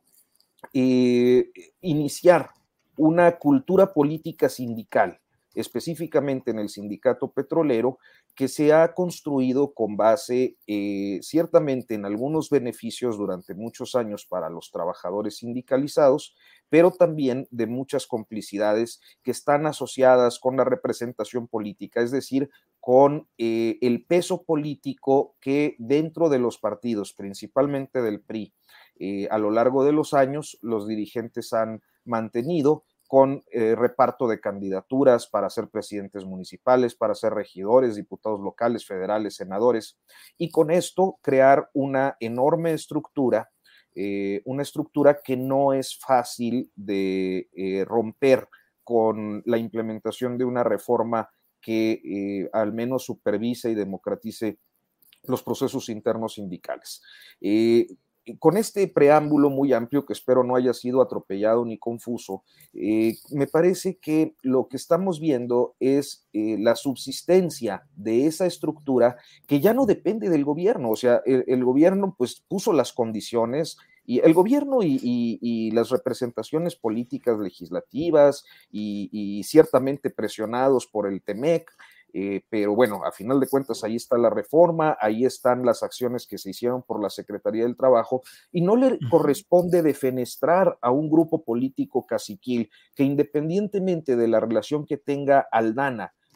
eh, iniciar una cultura política sindical, específicamente en el sindicato petrolero, que se ha construido con base eh, ciertamente en algunos beneficios durante muchos años para los trabajadores sindicalizados, pero también de muchas complicidades que están asociadas con la representación política, es decir, con eh, el peso político que dentro de los partidos, principalmente del P R I, eh, a lo largo de los años los dirigentes han mantenido, con eh, reparto de candidaturas para ser presidentes municipales, para ser regidores, diputados locales, federales, senadores, y con esto crear una enorme estructura, eh, una estructura que no es fácil de eh, romper con la implementación de una reforma que eh, al menos supervise y democratice los procesos internos sindicales. Eh, Con este preámbulo muy amplio, que espero no haya sido atropellado ni confuso, eh, me parece que lo que estamos viendo es eh, la subsistencia de esa estructura que ya no depende del gobierno. O sea, el, el gobierno pues puso las condiciones, y el gobierno y, y, y las representaciones políticas legislativas y, y ciertamente presionados por el Temec. Eh, pero bueno, a final de cuentas ahí está la reforma, ahí están las acciones que se hicieron por la Secretaría del Trabajo, y no le corresponde defenestrar a un grupo político caciquil que, independientemente de la relación que tenga Aldana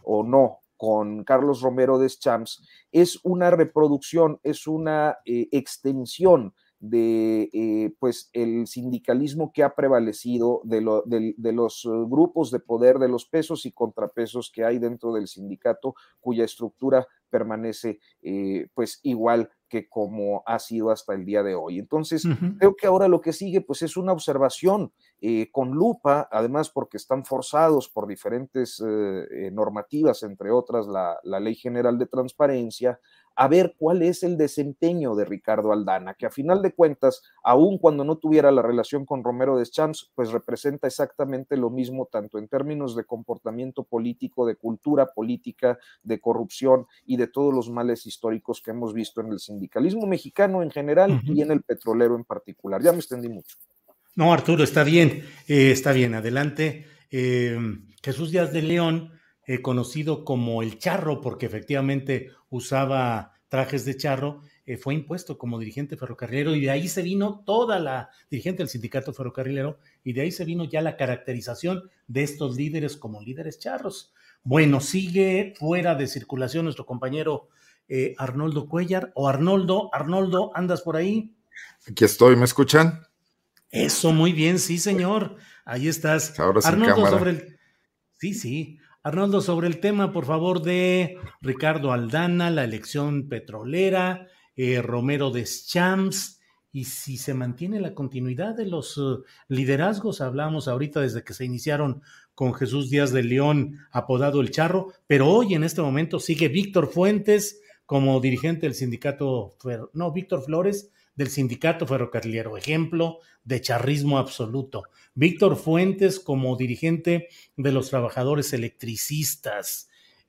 o no con Carlos Romero Deschamps, es una reproducción, es una eh, extensión de eh, pues el sindicalismo que ha prevalecido, de, lo, de, de los grupos de poder, de los pesos y contrapesos que hay dentro del sindicato, cuya estructura permanece eh, pues igual que como ha sido hasta el día de hoy. Entonces, uh-huh. creo que ahora lo que sigue pues es una observación eh, con lupa, además porque están forzados por diferentes eh, normativas, entre otras la, la Ley General de Transparencia, a ver cuál es el desempeño de Ricardo Aldana, que a final de cuentas, aun cuando no tuviera la relación con Romero Deschamps, pues representa exactamente lo mismo, tanto en términos de comportamiento político, de cultura política, de corrupción y de todos los males históricos que hemos visto en el sindicalismo mexicano en general uh-huh. y en el petrolero en particular. Ya me extendí mucho. No, Arturo, está bien, eh, está bien, adelante. Eh, Jesús Díaz de León, eh, conocido como el Charro, porque efectivamente usaba trajes de charro, eh, fue impuesto como dirigente ferrocarrilero y de ahí se vino toda la dirigente del sindicato ferrocarrilero y de ahí se vino ya la caracterización de estos líderes como líderes charros. Bueno, sigue fuera de circulación nuestro compañero eh, Arnoldo Cuellar, o Arnoldo, Arnoldo, ¿andas por ahí? Aquí estoy, ¿me escuchan? Eso, muy bien, sí señor, ahí estás. Ahora sin Arnoldo, cámara. sobre el... Sí, sí. Arnoldo, sobre el tema, por favor, de Ricardo Aldana, la elección petrolera, eh, Romero Deschamps, y si se mantiene la continuidad de los uh, liderazgos. Hablamos ahorita desde que se iniciaron con Jesús Díaz de León, apodado El Charro, pero hoy en este momento sigue Víctor Fuentes como dirigente del sindicato, Fer... no, Víctor Flores, del sindicato ferrocarrilero, ejemplo de charrismo absoluto. Víctor Fuentes como dirigente de los trabajadores electricistas.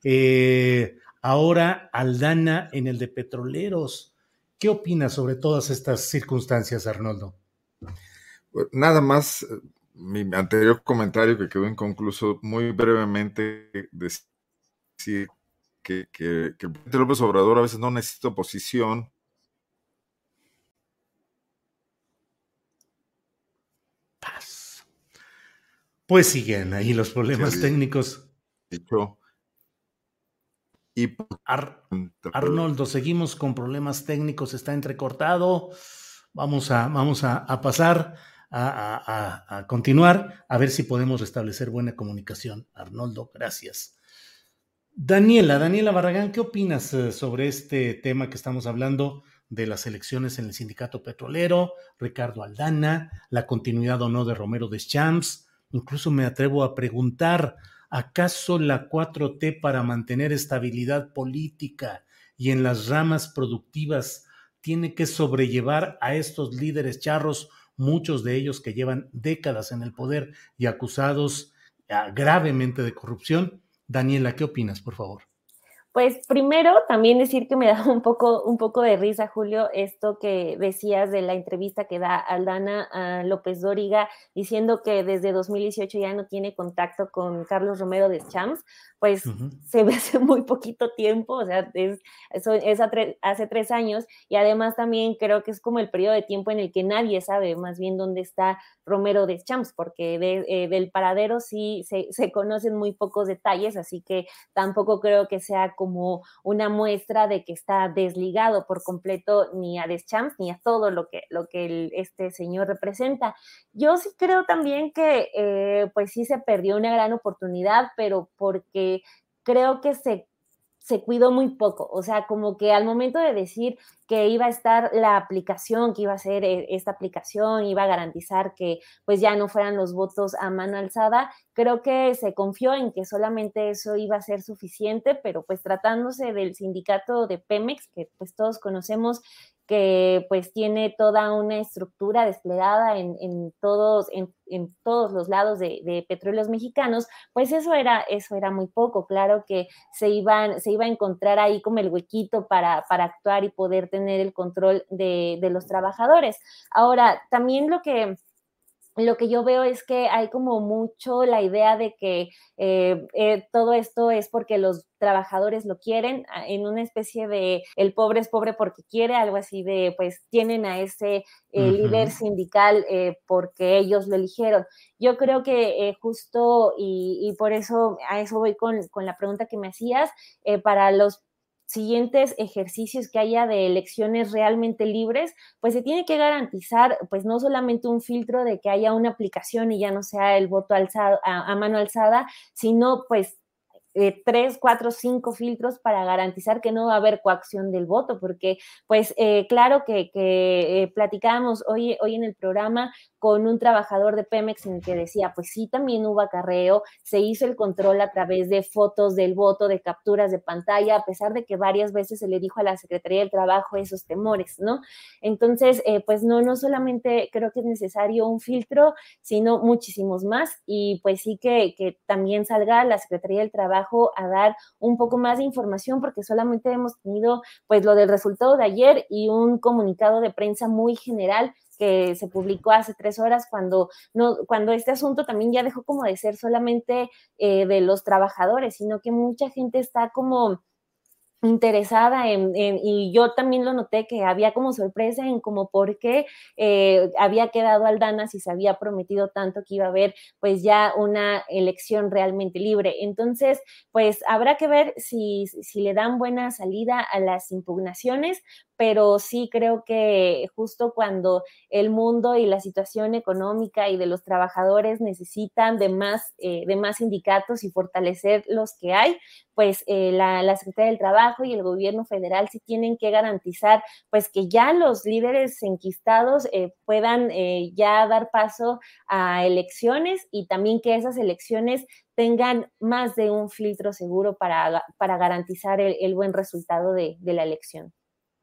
Eh, ahora Aldana en el de petroleros. ¿Qué opinas sobre todas estas circunstancias, Arnoldo? Nada más, mi anterior comentario que quedó inconcluso, muy brevemente decir que, que, que el presidente López Obrador a veces no necesita oposición. Paz. Pues siguen ahí los problemas sí, técnicos. Dicho. Y Ar- Arnoldo, seguimos con problemas técnicos, está entrecortado. Vamos a, vamos a, a pasar a, a, a continuar, a ver si podemos restablecer buena comunicación. Arnoldo, gracias. Daniela, Daniela Barragán, ¿qué opinas sobre este tema que estamos hablando de las elecciones en el sindicato petrolero, Ricardo Aldana, la continuidad o no de Romero Deschamps? Incluso me atrevo a preguntar, ¿acaso la cuatro T para mantener estabilidad política y en las ramas productivas tiene que sobrellevar a estos líderes charros, muchos de ellos que llevan décadas en el poder y acusados uh, gravemente de corrupción? Daniela, ¿qué opinas, por favor? Pues primero también decir que me da un poco, un poco de risa, Julio, esto que decías de la entrevista que da Aldana a López Dóriga diciendo que desde dos mil dieciocho ya no tiene contacto con Carlos Romero Deschamps, pues uh-huh. se ve hace muy poquito tiempo, o sea, es, eso es tre- hace tres años y además también creo que es como el periodo de tiempo en el que nadie sabe más bien dónde está Romero Deschamps, porque de, eh, del paradero sí se, se conocen muy pocos detalles, así que tampoco creo que sea como una muestra de que está desligado por completo ni a Deschamps ni a todo lo que, lo que el, este señor representa. Yo sí creo también que eh, pues sí se perdió una gran oportunidad, pero porque creo que se se cuidó muy poco, o sea, como que al momento de decir que iba a estar la aplicación, que iba a ser esta aplicación, iba a garantizar que pues ya no fueran los votos a mano alzada, creo que se confió en que solamente eso iba a ser suficiente, pero pues tratándose del sindicato de Pemex, que pues todos conocemos que pues tiene toda una estructura desplegada en, en, todos, en, en todos los lados de, de petróleos mexicanos, pues eso era, eso era muy poco. Claro que se, iban, se iba a encontrar ahí como el huequito para, para actuar y poder tener el control de, de los trabajadores. Ahora, también lo que... lo que yo veo es que hay como mucho la idea de que eh, eh, todo esto es porque los trabajadores lo quieren, en una especie de el pobre es pobre porque quiere, algo así de pues tienen a ese eh, uh-huh. líder sindical eh, porque ellos lo eligieron. Yo creo que eh, justo y, y por eso a eso voy con, con la pregunta que me hacías, eh, para los siguientes ejercicios que haya de elecciones realmente libres, pues se tiene que garantizar, pues no solamente un filtro de que haya una aplicación y ya no sea el voto alzado, a, a mano alzada, sino pues Eh, tres, cuatro, cinco filtros para garantizar que no va a haber coacción del voto, porque pues eh, claro que, que eh, platicábamos hoy, hoy en el programa con un trabajador de Pemex en que decía, pues sí, también hubo acarreo, se hizo el control a través de fotos del voto, de capturas de pantalla, a pesar de que varias veces se le dijo a la Secretaría del Trabajo esos temores, ¿no? Entonces, eh, pues no, no solamente creo que es necesario un filtro, sino muchísimos más, y pues sí que, que también salga la Secretaría del Trabajo a dar un poco más de información, porque solamente hemos tenido pues lo del resultado de ayer y un comunicado de prensa muy general que se publicó hace tres horas cuando, no, cuando este asunto también ya dejó como de ser solamente eh, de los trabajadores, sino que mucha gente está como interesada en, en, y yo también lo noté que había como sorpresa en como por qué eh, había quedado Aldana si se había prometido tanto que iba a haber pues ya una elección realmente libre. Entonces, pues habrá que ver si, si le dan buena salida a las impugnaciones, pero sí creo que justo cuando el mundo y la situación económica y de los trabajadores necesitan de más, eh, de más sindicatos y fortalecer los que hay, pues eh, la, la Secretaría del Trabajo y el gobierno federal sí tienen que garantizar pues que ya los líderes enquistados eh, puedan eh, ya dar paso a elecciones y también que esas elecciones tengan más de un filtro seguro para, para garantizar el, el buen resultado de, de la elección.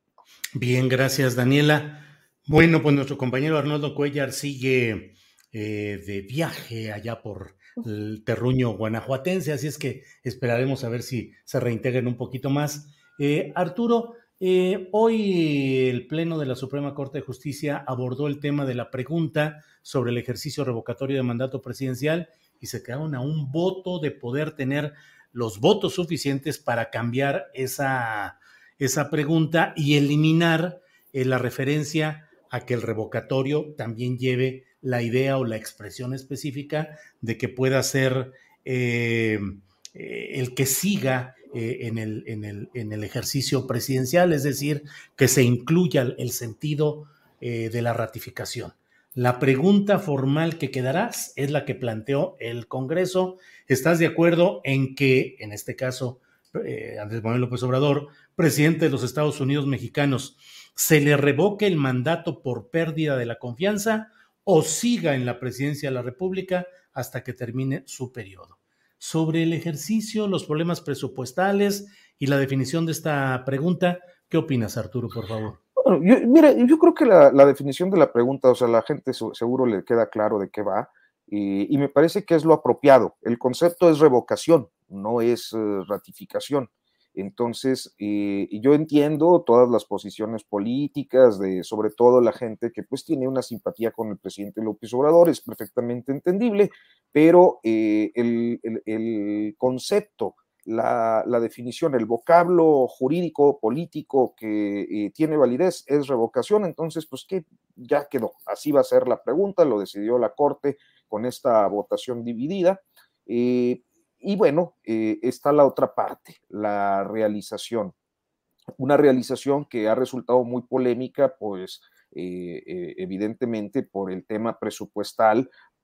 Bien, gracias, Daniela. Bueno, pues nuestro compañero Arnoldo Cuellar sigue eh, de viaje allá por el terruño guanajuatense, así es que esperaremos a ver si se reintegran un poquito más. Eh, Arturo, eh, hoy el Pleno de la Suprema Corte de Justicia abordó el tema de la pregunta sobre el ejercicio revocatorio de mandato presidencial y se quedaron a un voto de poder tener los votos suficientes para cambiar esa, esa pregunta y eliminar eh, la referencia a que el revocatorio también lleve la idea o la expresión específica de que pueda ser eh, eh, el que siga eh, en, el, en, el, en el ejercicio presidencial, es decir, que se incluya el, el sentido eh, de la ratificación. La pregunta formal que quedará es la que planteó el Congreso. ¿Estás de acuerdo en que, en este caso, eh, Andrés Manuel López Obrador, presidente de los Estados Unidos mexicanos, se le revoque el mandato por pérdida de la confianza o siga en la presidencia de la República hasta que termine su periodo? Sobre el ejercicio, los problemas presupuestales y la definición de esta pregunta, ¿qué opinas, Arturo, por favor? Bueno, yo, mira, yo creo que la, la definición de la pregunta, o sea, la gente seguro le queda claro de qué va, y, y me parece que es lo apropiado. El concepto es revocación, no es uh, ratificación. Entonces, eh, yo entiendo todas las posiciones políticas de, sobre todo la gente que pues tiene una simpatía con el presidente López Obrador, es perfectamente entendible, pero eh, el, el, el concepto, la, la definición, el vocablo jurídico, político que eh, tiene validez es revocación. Entonces, pues que ya quedó, así va a ser la pregunta, lo decidió la Corte con esta votación dividida. Eh, Y bueno, eh, está la otra parte, la realización. Una realización que ha resultado muy polémica, pues eh, eh, evidentemente por el tema presupuestal,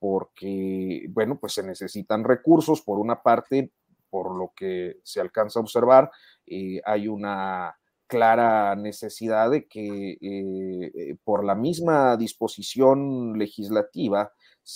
porque, bueno, pues se necesitan recursos, por una parte, por lo que se alcanza a observar, eh, hay una clara necesidad de que eh, por la misma disposición legislativa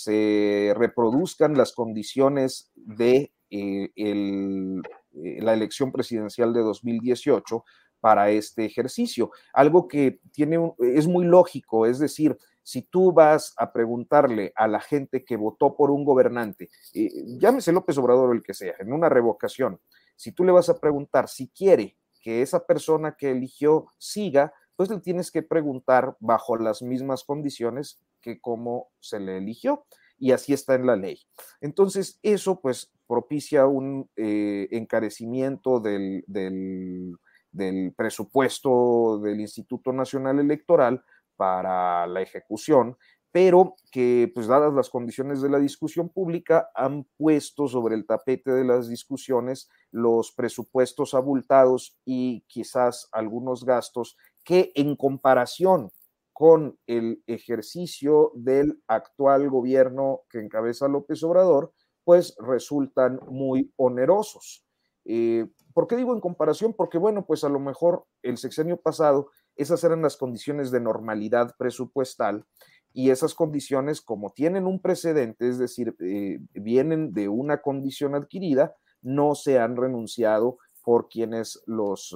se reproduzcan las condiciones de eh, el, eh, la elección presidencial de dos mil dieciocho para este ejercicio. Algo que tiene un, es muy lógico, es decir, si tú vas a preguntarle a la gente que votó por un gobernante, eh, llámese López Obrador o el que sea, en una revocación, si tú le vas a preguntar si quiere que esa persona que eligió siga, pues le tienes que preguntar bajo las mismas condiciones que cómo se le eligió, y así está en la ley. Entonces, eso pues propicia un eh, encarecimiento del, del, del presupuesto del Instituto Nacional Electoral para la ejecución, pero que, pues dadas las condiciones de la discusión pública, han puesto sobre el tapete de las discusiones los presupuestos abultados y quizás algunos gastos que en comparación con el ejercicio del actual gobierno que encabeza López Obrador, pues resultan muy onerosos. Eh, ¿Por qué digo en comparación? Porque, bueno, pues a lo mejor el sexenio pasado esas eran las condiciones de normalidad presupuestal, y esas condiciones, como tienen un precedente, es decir, eh, vienen de una condición adquirida, no se han renunciado por quienes los,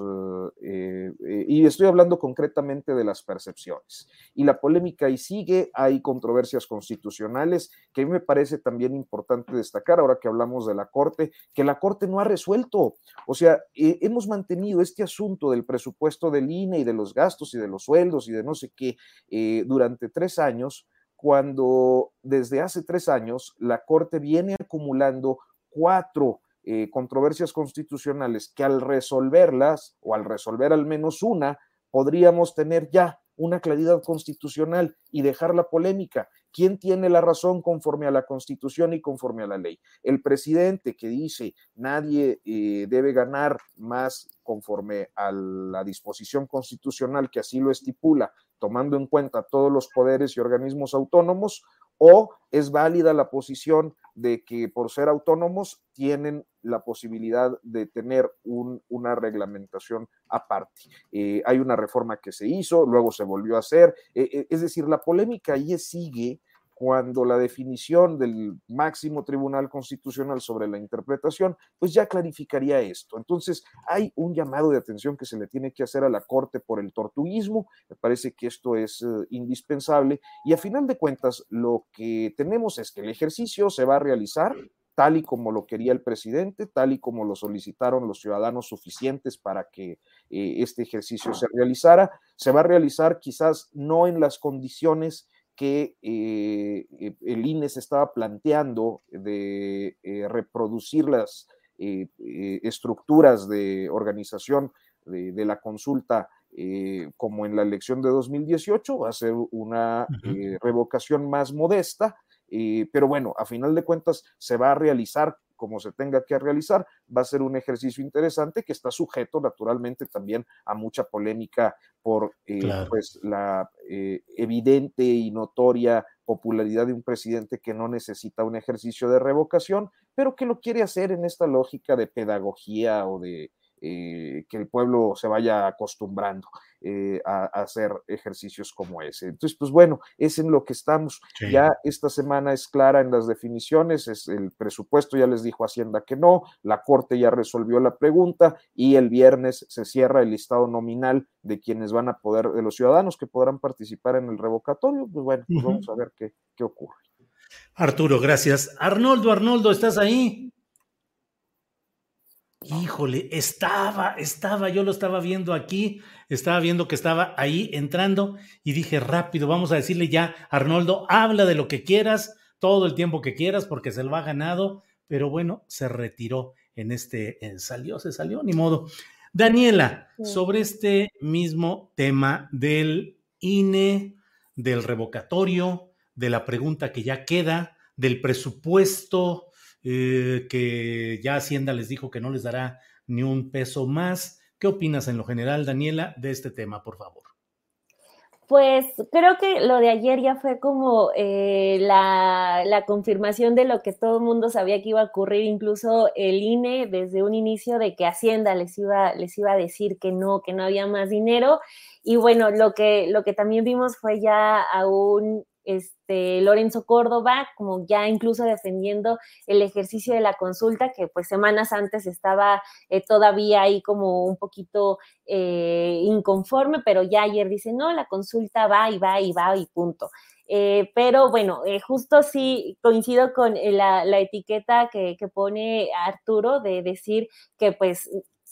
eh, eh, y estoy hablando concretamente de las percepciones. Y la polémica ahí sigue, hay controversias constitucionales, que a mí me parece también importante destacar, ahora que hablamos de la Corte, que la Corte no ha resuelto. O sea, eh, hemos mantenido este asunto del presupuesto del I N E y de los gastos y de los sueldos y de no sé qué eh, durante tres años, cuando desde hace tres años la Corte viene acumulando cuatro Eh, controversias constitucionales que al resolverlas, o al resolver al menos una, podríamos tener ya una claridad constitucional y dejar la polémica. ¿Quién tiene la razón conforme a la Constitución y conforme a la ley? El presidente, que dice nadie eh, debe ganar más conforme a la disposición constitucional que así lo estipula, tomando en cuenta todos los poderes y organismos autónomos, o es válida la posición de que por ser autónomos tienen la posibilidad de tener un, una reglamentación aparte. Eh, hay una reforma que se hizo, luego se volvió a hacer, eh, es decir, la polémica ahí sigue cuando la definición del máximo tribunal constitucional sobre la interpretación, pues ya clarificaría esto. Entonces, hay un llamado de atención que se le tiene que hacer a la Corte por el tortuguismo, me parece que esto es uh, indispensable, y a final de cuentas, lo que tenemos es que el ejercicio se va a realizar tal y como lo quería el presidente, tal y como lo solicitaron los ciudadanos suficientes para que eh, este ejercicio se realizara. Se va a realizar quizás no en las condiciones que eh, el I N E se estaba planteando de eh, reproducir las eh, eh, estructuras de organización de, de la consulta eh, como en la elección de dos mil dieciocho, va a ser una eh, revocación más modesta, eh, pero bueno, a final de cuentas se va a realizar como se tenga que realizar, va a ser un ejercicio interesante que está sujeto naturalmente también a mucha polémica por eh, claro. pues la eh, evidente y notoria popularidad de un presidente que no necesita un ejercicio de revocación, pero que lo quiere hacer en esta lógica de pedagogía o de eh, que el pueblo se vaya acostumbrando eh, a, a hacer ejercicios como ese. Entonces, pues bueno, es en lo que estamos. Sí. Ya esta semana es clara en las definiciones, es el presupuesto ya les dijo Hacienda que no, la Corte ya resolvió la pregunta y el viernes se cierra el listado nominal de quienes van a poder, de los ciudadanos que podrán participar en el revocatorio. Pues bueno, pues uh-huh. vamos a ver qué, qué ocurre. Arturo, gracias. Arnoldo, Arnoldo, ¿estás ahí? Híjole, estaba, estaba, yo lo estaba viendo aquí, estaba viendo que estaba ahí entrando y dije rápido, vamos a decirle ya, Arnoldo, habla de lo que quieras, todo el tiempo que quieras porque se lo ha ganado, pero bueno, se retiró en este, en, salió, se salió, ni modo. Daniela, sí. sobre este mismo tema del I N E, del revocatorio, de la pregunta que ya queda, del presupuesto, Eh, que ya Hacienda les dijo que no les dará ni un peso más. ¿Qué opinas en lo general, Daniela, de este tema, por favor? Pues creo que lo de ayer ya fue como eh, la, la confirmación de lo que todo el mundo sabía que iba a ocurrir, incluso el I N E desde un inicio de que Hacienda les iba, les iba a decir que no, que no había más dinero. Y bueno, lo que, lo que también vimos fue ya a un Este, Lorenzo Córdoba, como ya incluso defendiendo el ejercicio de la consulta, que pues semanas antes estaba eh, todavía ahí como un poquito eh, inconforme, pero ya ayer dice, no, la consulta va y va y va y punto. Eh, pero bueno, eh, justo sí coincido con la, la etiqueta que, que pone Arturo de decir que pues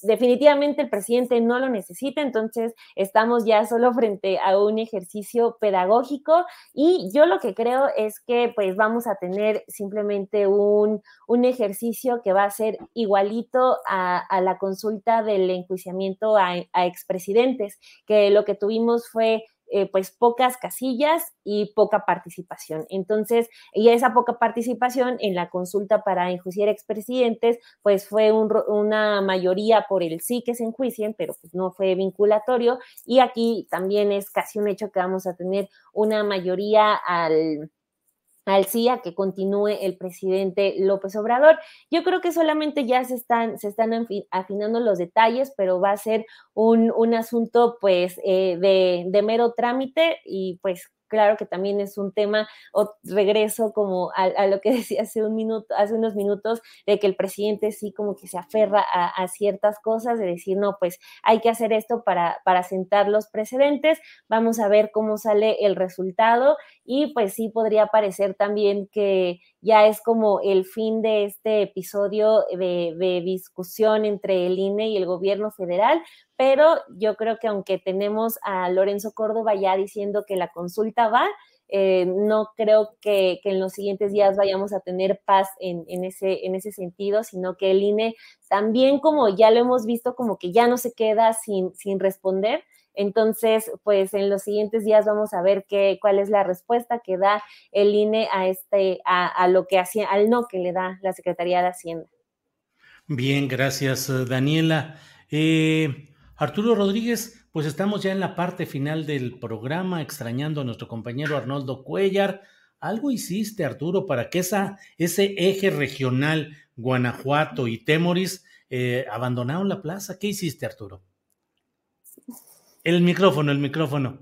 definitivamente el presidente no lo necesita, entonces estamos ya solo frente a un ejercicio pedagógico y yo lo que creo es que pues vamos a tener simplemente un, un ejercicio que va a ser igualito a, a la consulta del enjuiciamiento a, a expresidentes, que lo que tuvimos fue Eh, pues pocas casillas y poca participación. Entonces, y esa poca participación en la consulta para enjuiciar expresidentes, pues fue un, una mayoría por el sí que se enjuicien, pero pues no fue vinculatorio, y aquí también es casi un hecho que vamos a tener una mayoría al al sí a que continúe el presidente López Obrador. Yo creo que solamente ya se están, se están afinando los detalles, pero va a ser un, un asunto pues eh, de, de mero trámite y pues claro que también es un tema, o regreso como a, a lo que decía hace un minuto, hace unos minutos, de que el presidente sí como que se aferra a, a ciertas cosas, de decir, no, pues hay que hacer esto para, para sentar los precedentes, vamos a ver cómo sale el resultado, y pues sí podría parecer también que ya es como el fin de este episodio de, de discusión entre el I N E y el gobierno federal, pero yo creo que aunque tenemos a Lorenzo Córdoba ya diciendo que la consulta va, eh, no creo que, que en los siguientes días vayamos a tener paz en, en, ese, en ese sentido, sino que el I N E también, como ya lo hemos visto, como que ya no se queda sin, sin responder. Entonces, pues en los siguientes días vamos a ver qué, cuál es la respuesta que da el I N E a, este, a, a lo que hacía, al no que le da la Secretaría de Hacienda. Bien, gracias, Daniela. Eh, Arturo Rodríguez, pues estamos ya en la parte final del programa, extrañando a nuestro compañero Arnoldo Cuellar. Algo hiciste, Arturo, para que esa, ese eje regional, Guanajuato y Temoris, eh, abandonaron la plaza. ¿Qué hiciste, Arturo? El micrófono, el micrófono.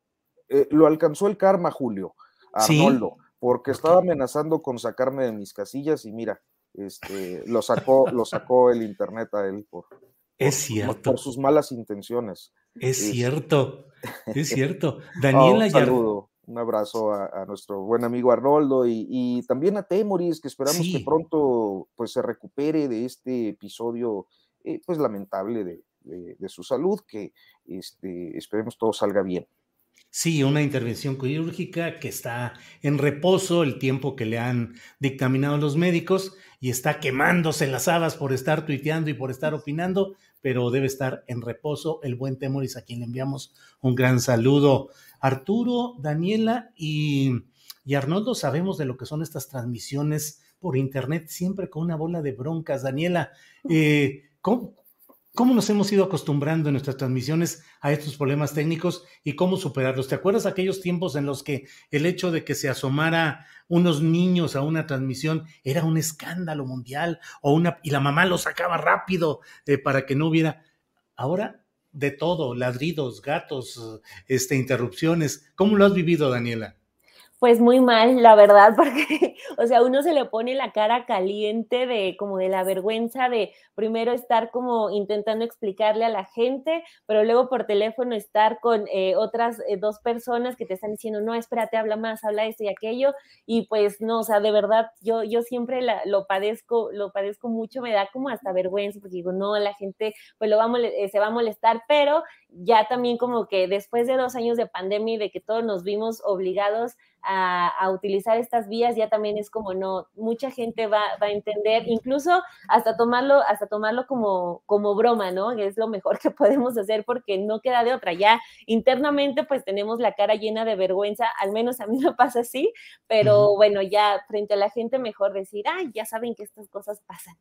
Eh, lo alcanzó el karma, Julio, Arnoldo, ¿sí? Porque okay. Estaba amenazando con sacarme de mis casillas y mira, este, lo sacó, lo sacó el internet a él por, por, es cierto. por sus malas intenciones. Es, es cierto, es cierto. Daniela, oh, un saludo, un abrazo a, a nuestro buen amigo Arnoldo y, y también a Temoris, que esperamos sí. que pronto pues se recupere de este episodio eh, pues lamentable de, de, de su salud, que este, esperemos todo salga bien. Sí, una intervención quirúrgica que está en reposo el tiempo que le han dictaminado los médicos y está quemándose las habas por estar tuiteando y por estar opinando, pero debe estar en reposo el buen Temoris, a quien le enviamos un gran saludo. Arturo, Daniela y, y Arnoldo sabemos de lo que son estas transmisiones por internet, siempre con una bola de broncas. Daniela, eh, ¿cómo? ¿Cómo nos hemos ido acostumbrando en nuestras transmisiones a estos problemas técnicos y cómo superarlos? ¿Te acuerdas aquellos tiempos en los que el hecho de que se asomara unos niños a una transmisión era un escándalo mundial o una y la mamá lo sacaba rápido eh, para que no hubiera? Ahora de todo, ladridos, gatos, este, interrupciones. ¿Cómo lo has vivido, Daniela? Pues muy mal, la verdad, porque, o sea, uno se le pone la cara caliente de como de la vergüenza de primero estar como intentando explicarle a la gente, pero luego por teléfono estar con eh, otras eh, dos personas que te están diciendo, no, espérate, habla más, habla esto y aquello, y pues no, o sea, de verdad, yo, yo siempre la, lo padezco, lo padezco mucho, me da como hasta vergüenza, porque digo, no, la gente pues lo va a mole- eh, se va a molestar, pero ya también como que después de dos años de pandemia y de que todos nos vimos obligados A, a utilizar estas vías, ya también es como no, mucha gente va, va a entender, incluso hasta tomarlo, hasta tomarlo como, como broma, ¿no? Que es lo mejor que podemos hacer porque no queda de otra. Ya internamente pues tenemos la cara llena de vergüenza, al menos a mí me pasa así, pero uh-huh. bueno, ya frente a la gente mejor decir, ay, ya saben que estas cosas pasan.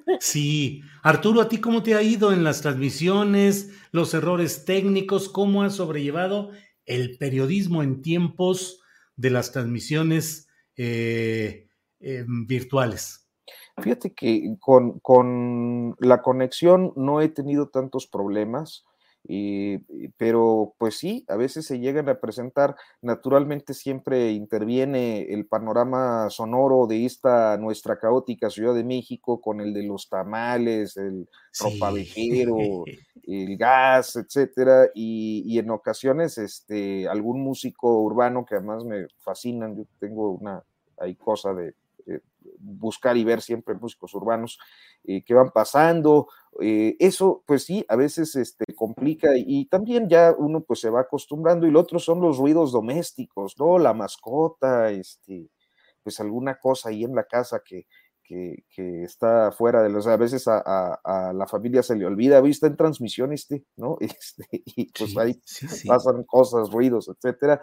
Sí. Arturo, ¿a ti cómo te ha ido en las transmisiones, los errores técnicos? ¿Cómo has sobrellevado el periodismo en tiempos de las transmisiones eh, eh, virtuales? Fíjate que con, con la conexión no he tenido tantos problemas, eh, pero pues sí, a veces se llegan a presentar. Naturalmente siempre interviene el panorama sonoro de esta nuestra caótica Ciudad de México con el de los tamales, el sí. ropavejero, el gas, etcétera, y, y en ocasiones este, algún músico urbano que además me fascinan. Yo tengo una hay cosa de eh, buscar y ver siempre músicos urbanos eh, que van pasando, Eh, eso, pues sí, a veces este, complica y, y también ya uno pues se va acostumbrando y lo otro son los ruidos domésticos, ¿no? La mascota, este, pues alguna cosa ahí en la casa que, que, que está fuera de los, a veces a, a, a la familia se le olvida, hoy está en transmisión este, ¿no? Este, y pues Sí, ahí sí, sí. pasan cosas, ruidos, etcétera.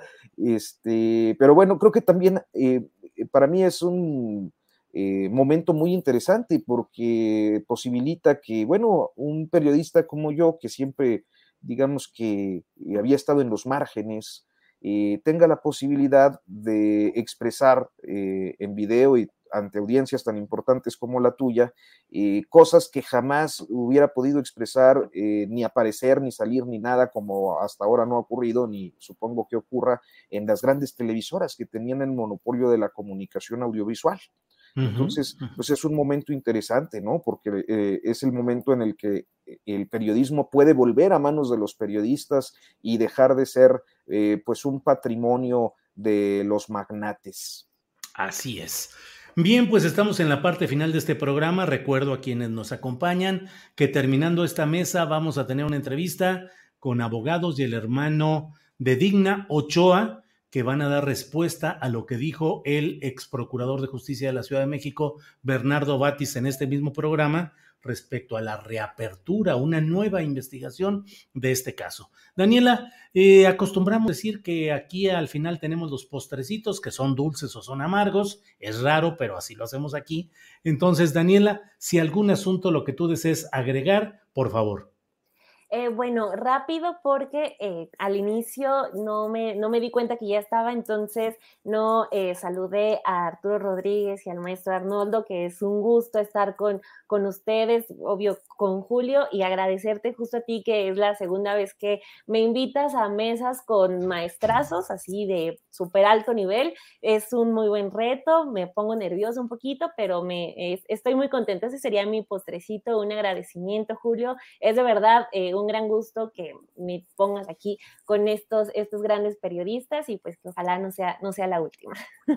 Este, pero bueno, creo que también eh, para mí es un eh, momento muy interesante porque posibilita que, bueno, un periodista como yo, que siempre, digamos que había estado en los márgenes, eh, tenga la posibilidad de expresar eh, en video y ante audiencias tan importantes como la tuya, eh, cosas que jamás hubiera podido expresar, eh, ni aparecer, ni salir, ni nada, como hasta ahora no ha ocurrido, ni supongo que ocurra en las grandes televisoras que tenían el monopolio de la comunicación audiovisual. Entonces, pues es un momento interesante, ¿no? Porque eh, es el momento en el que el periodismo puede volver a manos de los periodistas y dejar de ser, eh, pues, un patrimonio de los magnates. Así es. Bien, pues estamos en la parte final de este programa. Recuerdo a quienes nos acompañan que terminando esta mesa vamos a tener una entrevista con abogados y el hermano de Digna Ochoa, que van a dar respuesta a lo que dijo el ex procurador de justicia de la Ciudad de México, Bernardo Batis, en este mismo programa, respecto a la reapertura, una nueva investigación de este caso. Daniela, eh, acostumbramos decir que aquí al final tenemos los postrecitos, que son dulces o son amargos, es raro, pero así lo hacemos aquí. Entonces, Daniela, si algún asunto lo que tú desees agregar, por favor. Eh, bueno, rápido porque eh, al inicio no me, no me di cuenta que ya estaba, entonces no eh, saludé a Arturo Rodríguez y al maestro Arnoldo, que es un gusto estar con, con ustedes, obvio con Julio, y agradecerte justo a ti que es la segunda vez que me invitas a mesas con maestrazos, así de súper alto nivel. Es un muy buen reto, me pongo nerviosa un poquito, pero me, es, estoy muy contenta. Ese sería mi postrecito, un agradecimiento, Julio. Es de verdad eh, un gran gusto que me pongas aquí con estos, estos grandes periodistas y pues que ojalá no sea, no sea la última.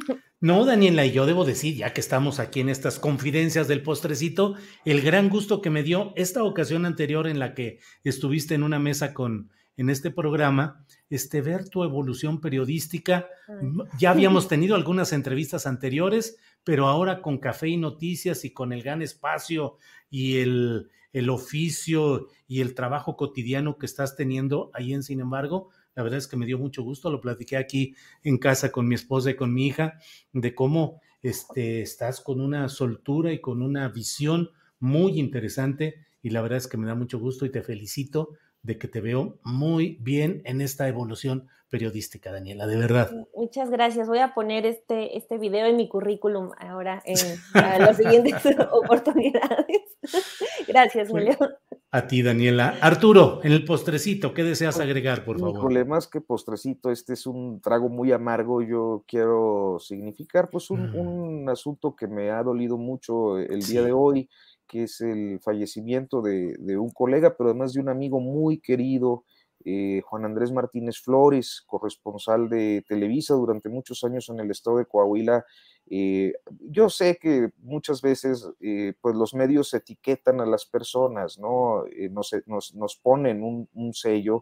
No, Daniela, y yo debo decir, ya que estamos aquí en estas confidencias del postrecito, el gran gusto que me dio esta ocasión anterior en la que estuviste en una mesa con, en este programa, este, ver tu evolución periodística. Ay. Ya habíamos tenido algunas entrevistas anteriores, pero ahora con Café y Noticias y con el gran espacio y el, el oficio y el trabajo cotidiano que estás teniendo ahí en Sin embargo, la verdad es que me dio mucho gusto, lo platiqué aquí en casa con mi esposa y con mi hija, de cómo este, estás con una soltura y con una visión muy interesante y la verdad es que me da mucho gusto y te felicito de que te veo muy bien en esta evolución periodística, Daniela, de verdad. Muchas gracias. Voy a poner este, este video en mi currículum ahora en, para las siguientes oportunidades. Gracias, Julio. A ti, Daniela. Arturo, en el postrecito, ¿qué deseas agregar, por favor? Híjole, más que postrecito, este es un trago muy amargo. Yo quiero significar, pues, un, mm. un asunto que me ha dolido mucho el sí. día de hoy, que es el fallecimiento de, de un colega, pero además de un amigo muy querido, eh, Juan Andrés Martínez Flores, corresponsal de Televisa durante muchos años en el estado de Coahuila. Eh, yo sé que muchas veces eh, pues los medios etiquetan a las personas, ¿no? Eh, nos, nos, nos ponen un, un sello,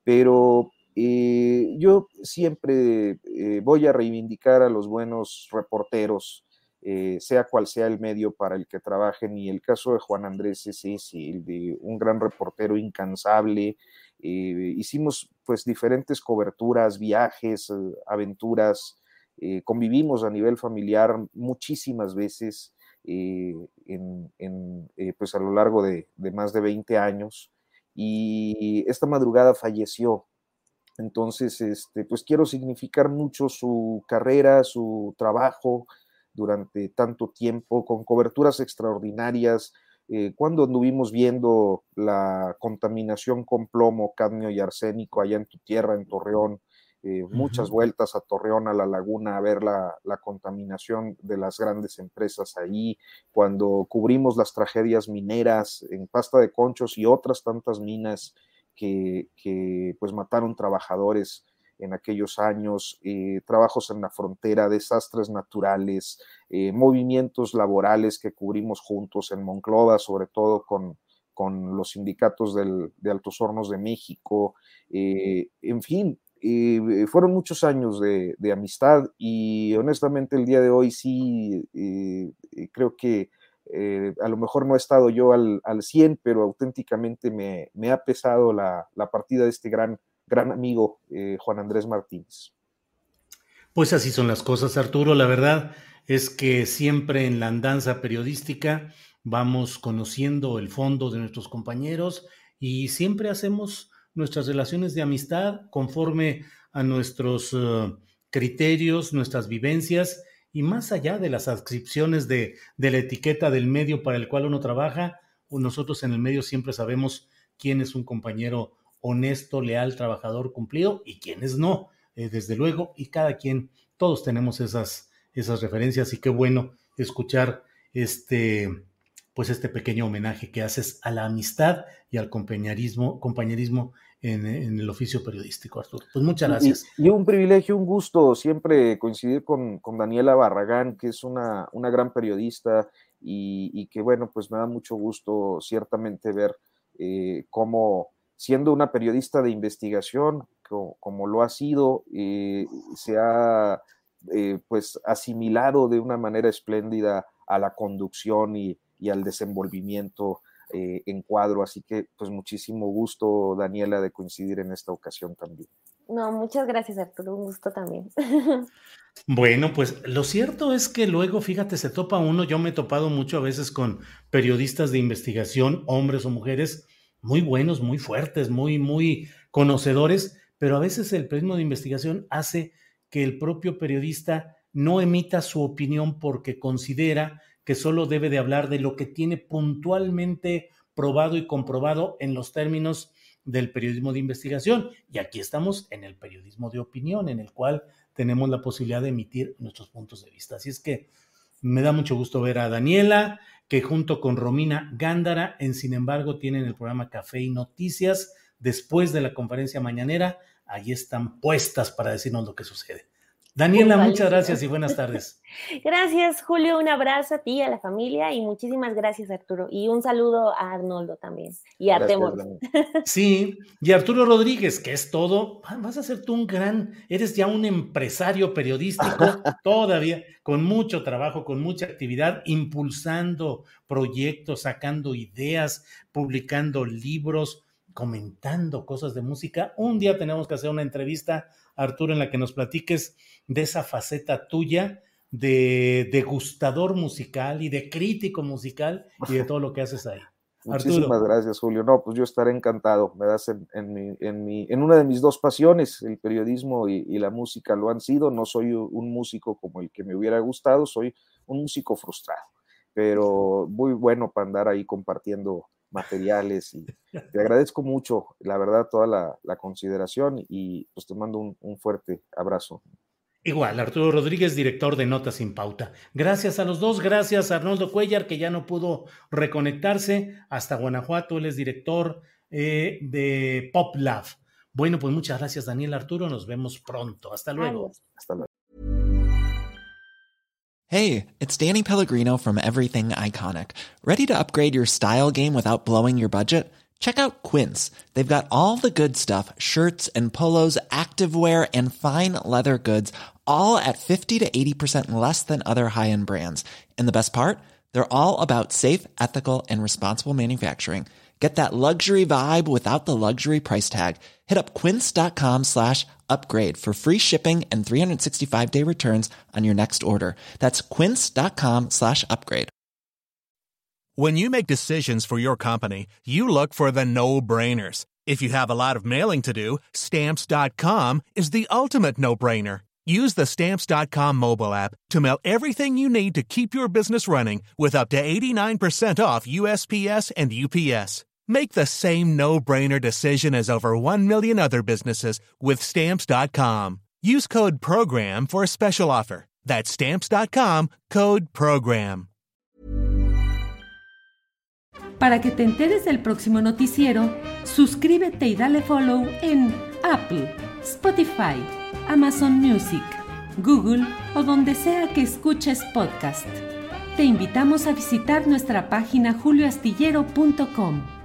pero eh, yo siempre eh, voy a reivindicar a los buenos reporteros, eh, sea cual sea el medio para el que trabajen, y el caso de Juan Andrés es ese, el de un gran reportero incansable. Eh, hicimos pues diferentes coberturas, viajes, eh, aventuras. Eh, convivimos a nivel familiar muchísimas veces eh, en, en, eh, pues a lo largo de, de más de veinte años, y esta madrugada falleció. Entonces, este, pues quiero significar mucho su carrera, su trabajo durante tanto tiempo, con coberturas extraordinarias. Eh, cuando anduvimos viendo la contaminación con plomo, cadmio y arsénico allá en tu tierra, en Torreón, Eh, uh-huh. muchas vueltas a Torreón, a la laguna, a ver la, la contaminación de las grandes empresas ahí, cuando cubrimos las tragedias mineras en Pasta de Conchos y otras tantas minas que, que pues mataron trabajadores en aquellos años, eh, trabajos en la frontera, desastres naturales, eh, movimientos laborales que cubrimos juntos en Monclova, sobre todo con con los sindicatos del, de Altos Hornos de México, eh, en fin, eh, fueron muchos años de, de amistad y honestamente el día de hoy sí eh, creo que eh, a lo mejor no he estado yo al, al cien, pero auténticamente me, me ha pesado la, la partida de este gran, gran amigo eh, Juan Andrés Martínez. Pues así son las cosas, Arturo. La verdad es que siempre en la andanza periodística vamos conociendo el fondo de nuestros compañeros y siempre hacemos nuestras relaciones de amistad conforme a nuestros uh, criterios, nuestras vivencias y más allá de las adscripciones de, de la etiqueta del medio para el cual uno trabaja. Nosotros en el medio siempre sabemos quién es un compañero honesto, leal, trabajador, cumplido y quiénes no. Eh, desde luego, y cada quien, todos tenemos esas, esas referencias y qué bueno escuchar este, pues este pequeño homenaje que haces a la amistad y al compañerismo, compañerismo en, en el oficio periodístico, Arturo. Pues muchas gracias. Y, y un privilegio, un gusto siempre coincidir con, con Daniela Barragán, que es una, una gran periodista y, y que bueno, pues me da mucho gusto ciertamente ver eh, cómo siendo una periodista de investigación, como, como lo ha sido, eh, se ha eh, pues asimilado de una manera espléndida a la conducción y, y al desenvolvimiento eh, en cuadro. Así que pues muchísimo gusto, Daniela, de coincidir en esta ocasión también. No, muchas gracias, Arturo, un gusto también. Bueno, pues lo cierto es que luego, fíjate, se topa uno, yo me he topado mucho a veces con periodistas de investigación, hombres o mujeres, muy buenos, muy fuertes, muy, muy conocedores, pero a veces el periodismo de investigación hace que el propio periodista no emita su opinión porque considera que solo debe de hablar de lo que tiene puntualmente probado y comprobado en los términos del periodismo de investigación. Y aquí estamos en el periodismo de opinión, en el cual tenemos la posibilidad de emitir nuestros puntos de vista. Así es que me da mucho gusto ver a Daniela, que junto con Romina Gándara, en Sin embargo, tienen el programa Café y Noticias. Después de la conferencia mañanera, ahí están puestas para decirnos lo que sucede. Daniela, Vale. Muchas gracias y buenas tardes. Gracias, Julio, un abrazo a ti, a la familia y muchísimas gracias, Arturo. Y un saludo a Arnoldo también y a Artemor. Sí, y Arturo Rodríguez, que es todo, vas a ser tú un gran, eres ya un empresario periodístico, todavía con mucho trabajo, con mucha actividad, impulsando proyectos, sacando ideas, publicando libros, comentando cosas de música. Un día tenemos que hacer una entrevista, Arturo, en la que nos platiques de esa faceta tuya de degustador musical y de crítico musical y de todo lo que haces ahí. Muchísimas Arturo. gracias, Julio. No, pues yo estaré encantado. Me das en, en, mi, en, mi, en una de mis dos pasiones, el periodismo y, y la música lo han sido. No soy un músico como el que me hubiera gustado, soy un músico frustrado, pero muy bueno para andar ahí compartiendo materiales y te agradezco mucho, la verdad, toda la, la consideración y pues te mando un, un fuerte abrazo. Igual, Arturo Rodríguez, director de Notas sin Pauta. Gracias a los dos, gracias a Arnoldo Cuellar, que ya no pudo reconectarse hasta Guanajuato, él es director eh, de Pop Lab. Bueno, pues muchas gracias, Daniel, Arturo, nos vemos pronto. Hasta luego. Adiós. Hasta luego. Hey, it's Danny Pellegrino from Everything Iconic. Ready to upgrade your style game without blowing your budget? Check out Quince. They've got all the good stuff, shirts and polos, activewear, and fine leather goods, all at fifty to eighty percent less than other high-end brands. And the best part? They're all about safe, ethical, and responsible manufacturing. Get that luxury vibe without the luxury price tag. Hit up quince.com slash upgrade for free shipping and three sixty-five day returns on your next order. That's quince.com slash upgrade. When you make decisions for your company, you look for the no-brainers. If you have a lot of mailing to do, Stamps dot com is the ultimate no-brainer. Use the Stamps dot com mobile app to mail everything you need to keep your business running with up to eighty-nine percent off U S P S and U P S. Make the same no-brainer decision as over one million other businesses with Stamps dot com. Use code PROGRAM for a special offer. That's Stamps dot com, code PROGRAM. Para que te enteres del próximo noticiero, suscríbete y dale follow en Apple, Spotify, Amazon Music, Google o donde sea que escuches podcast. Te invitamos a visitar nuestra página julio astillero punto com.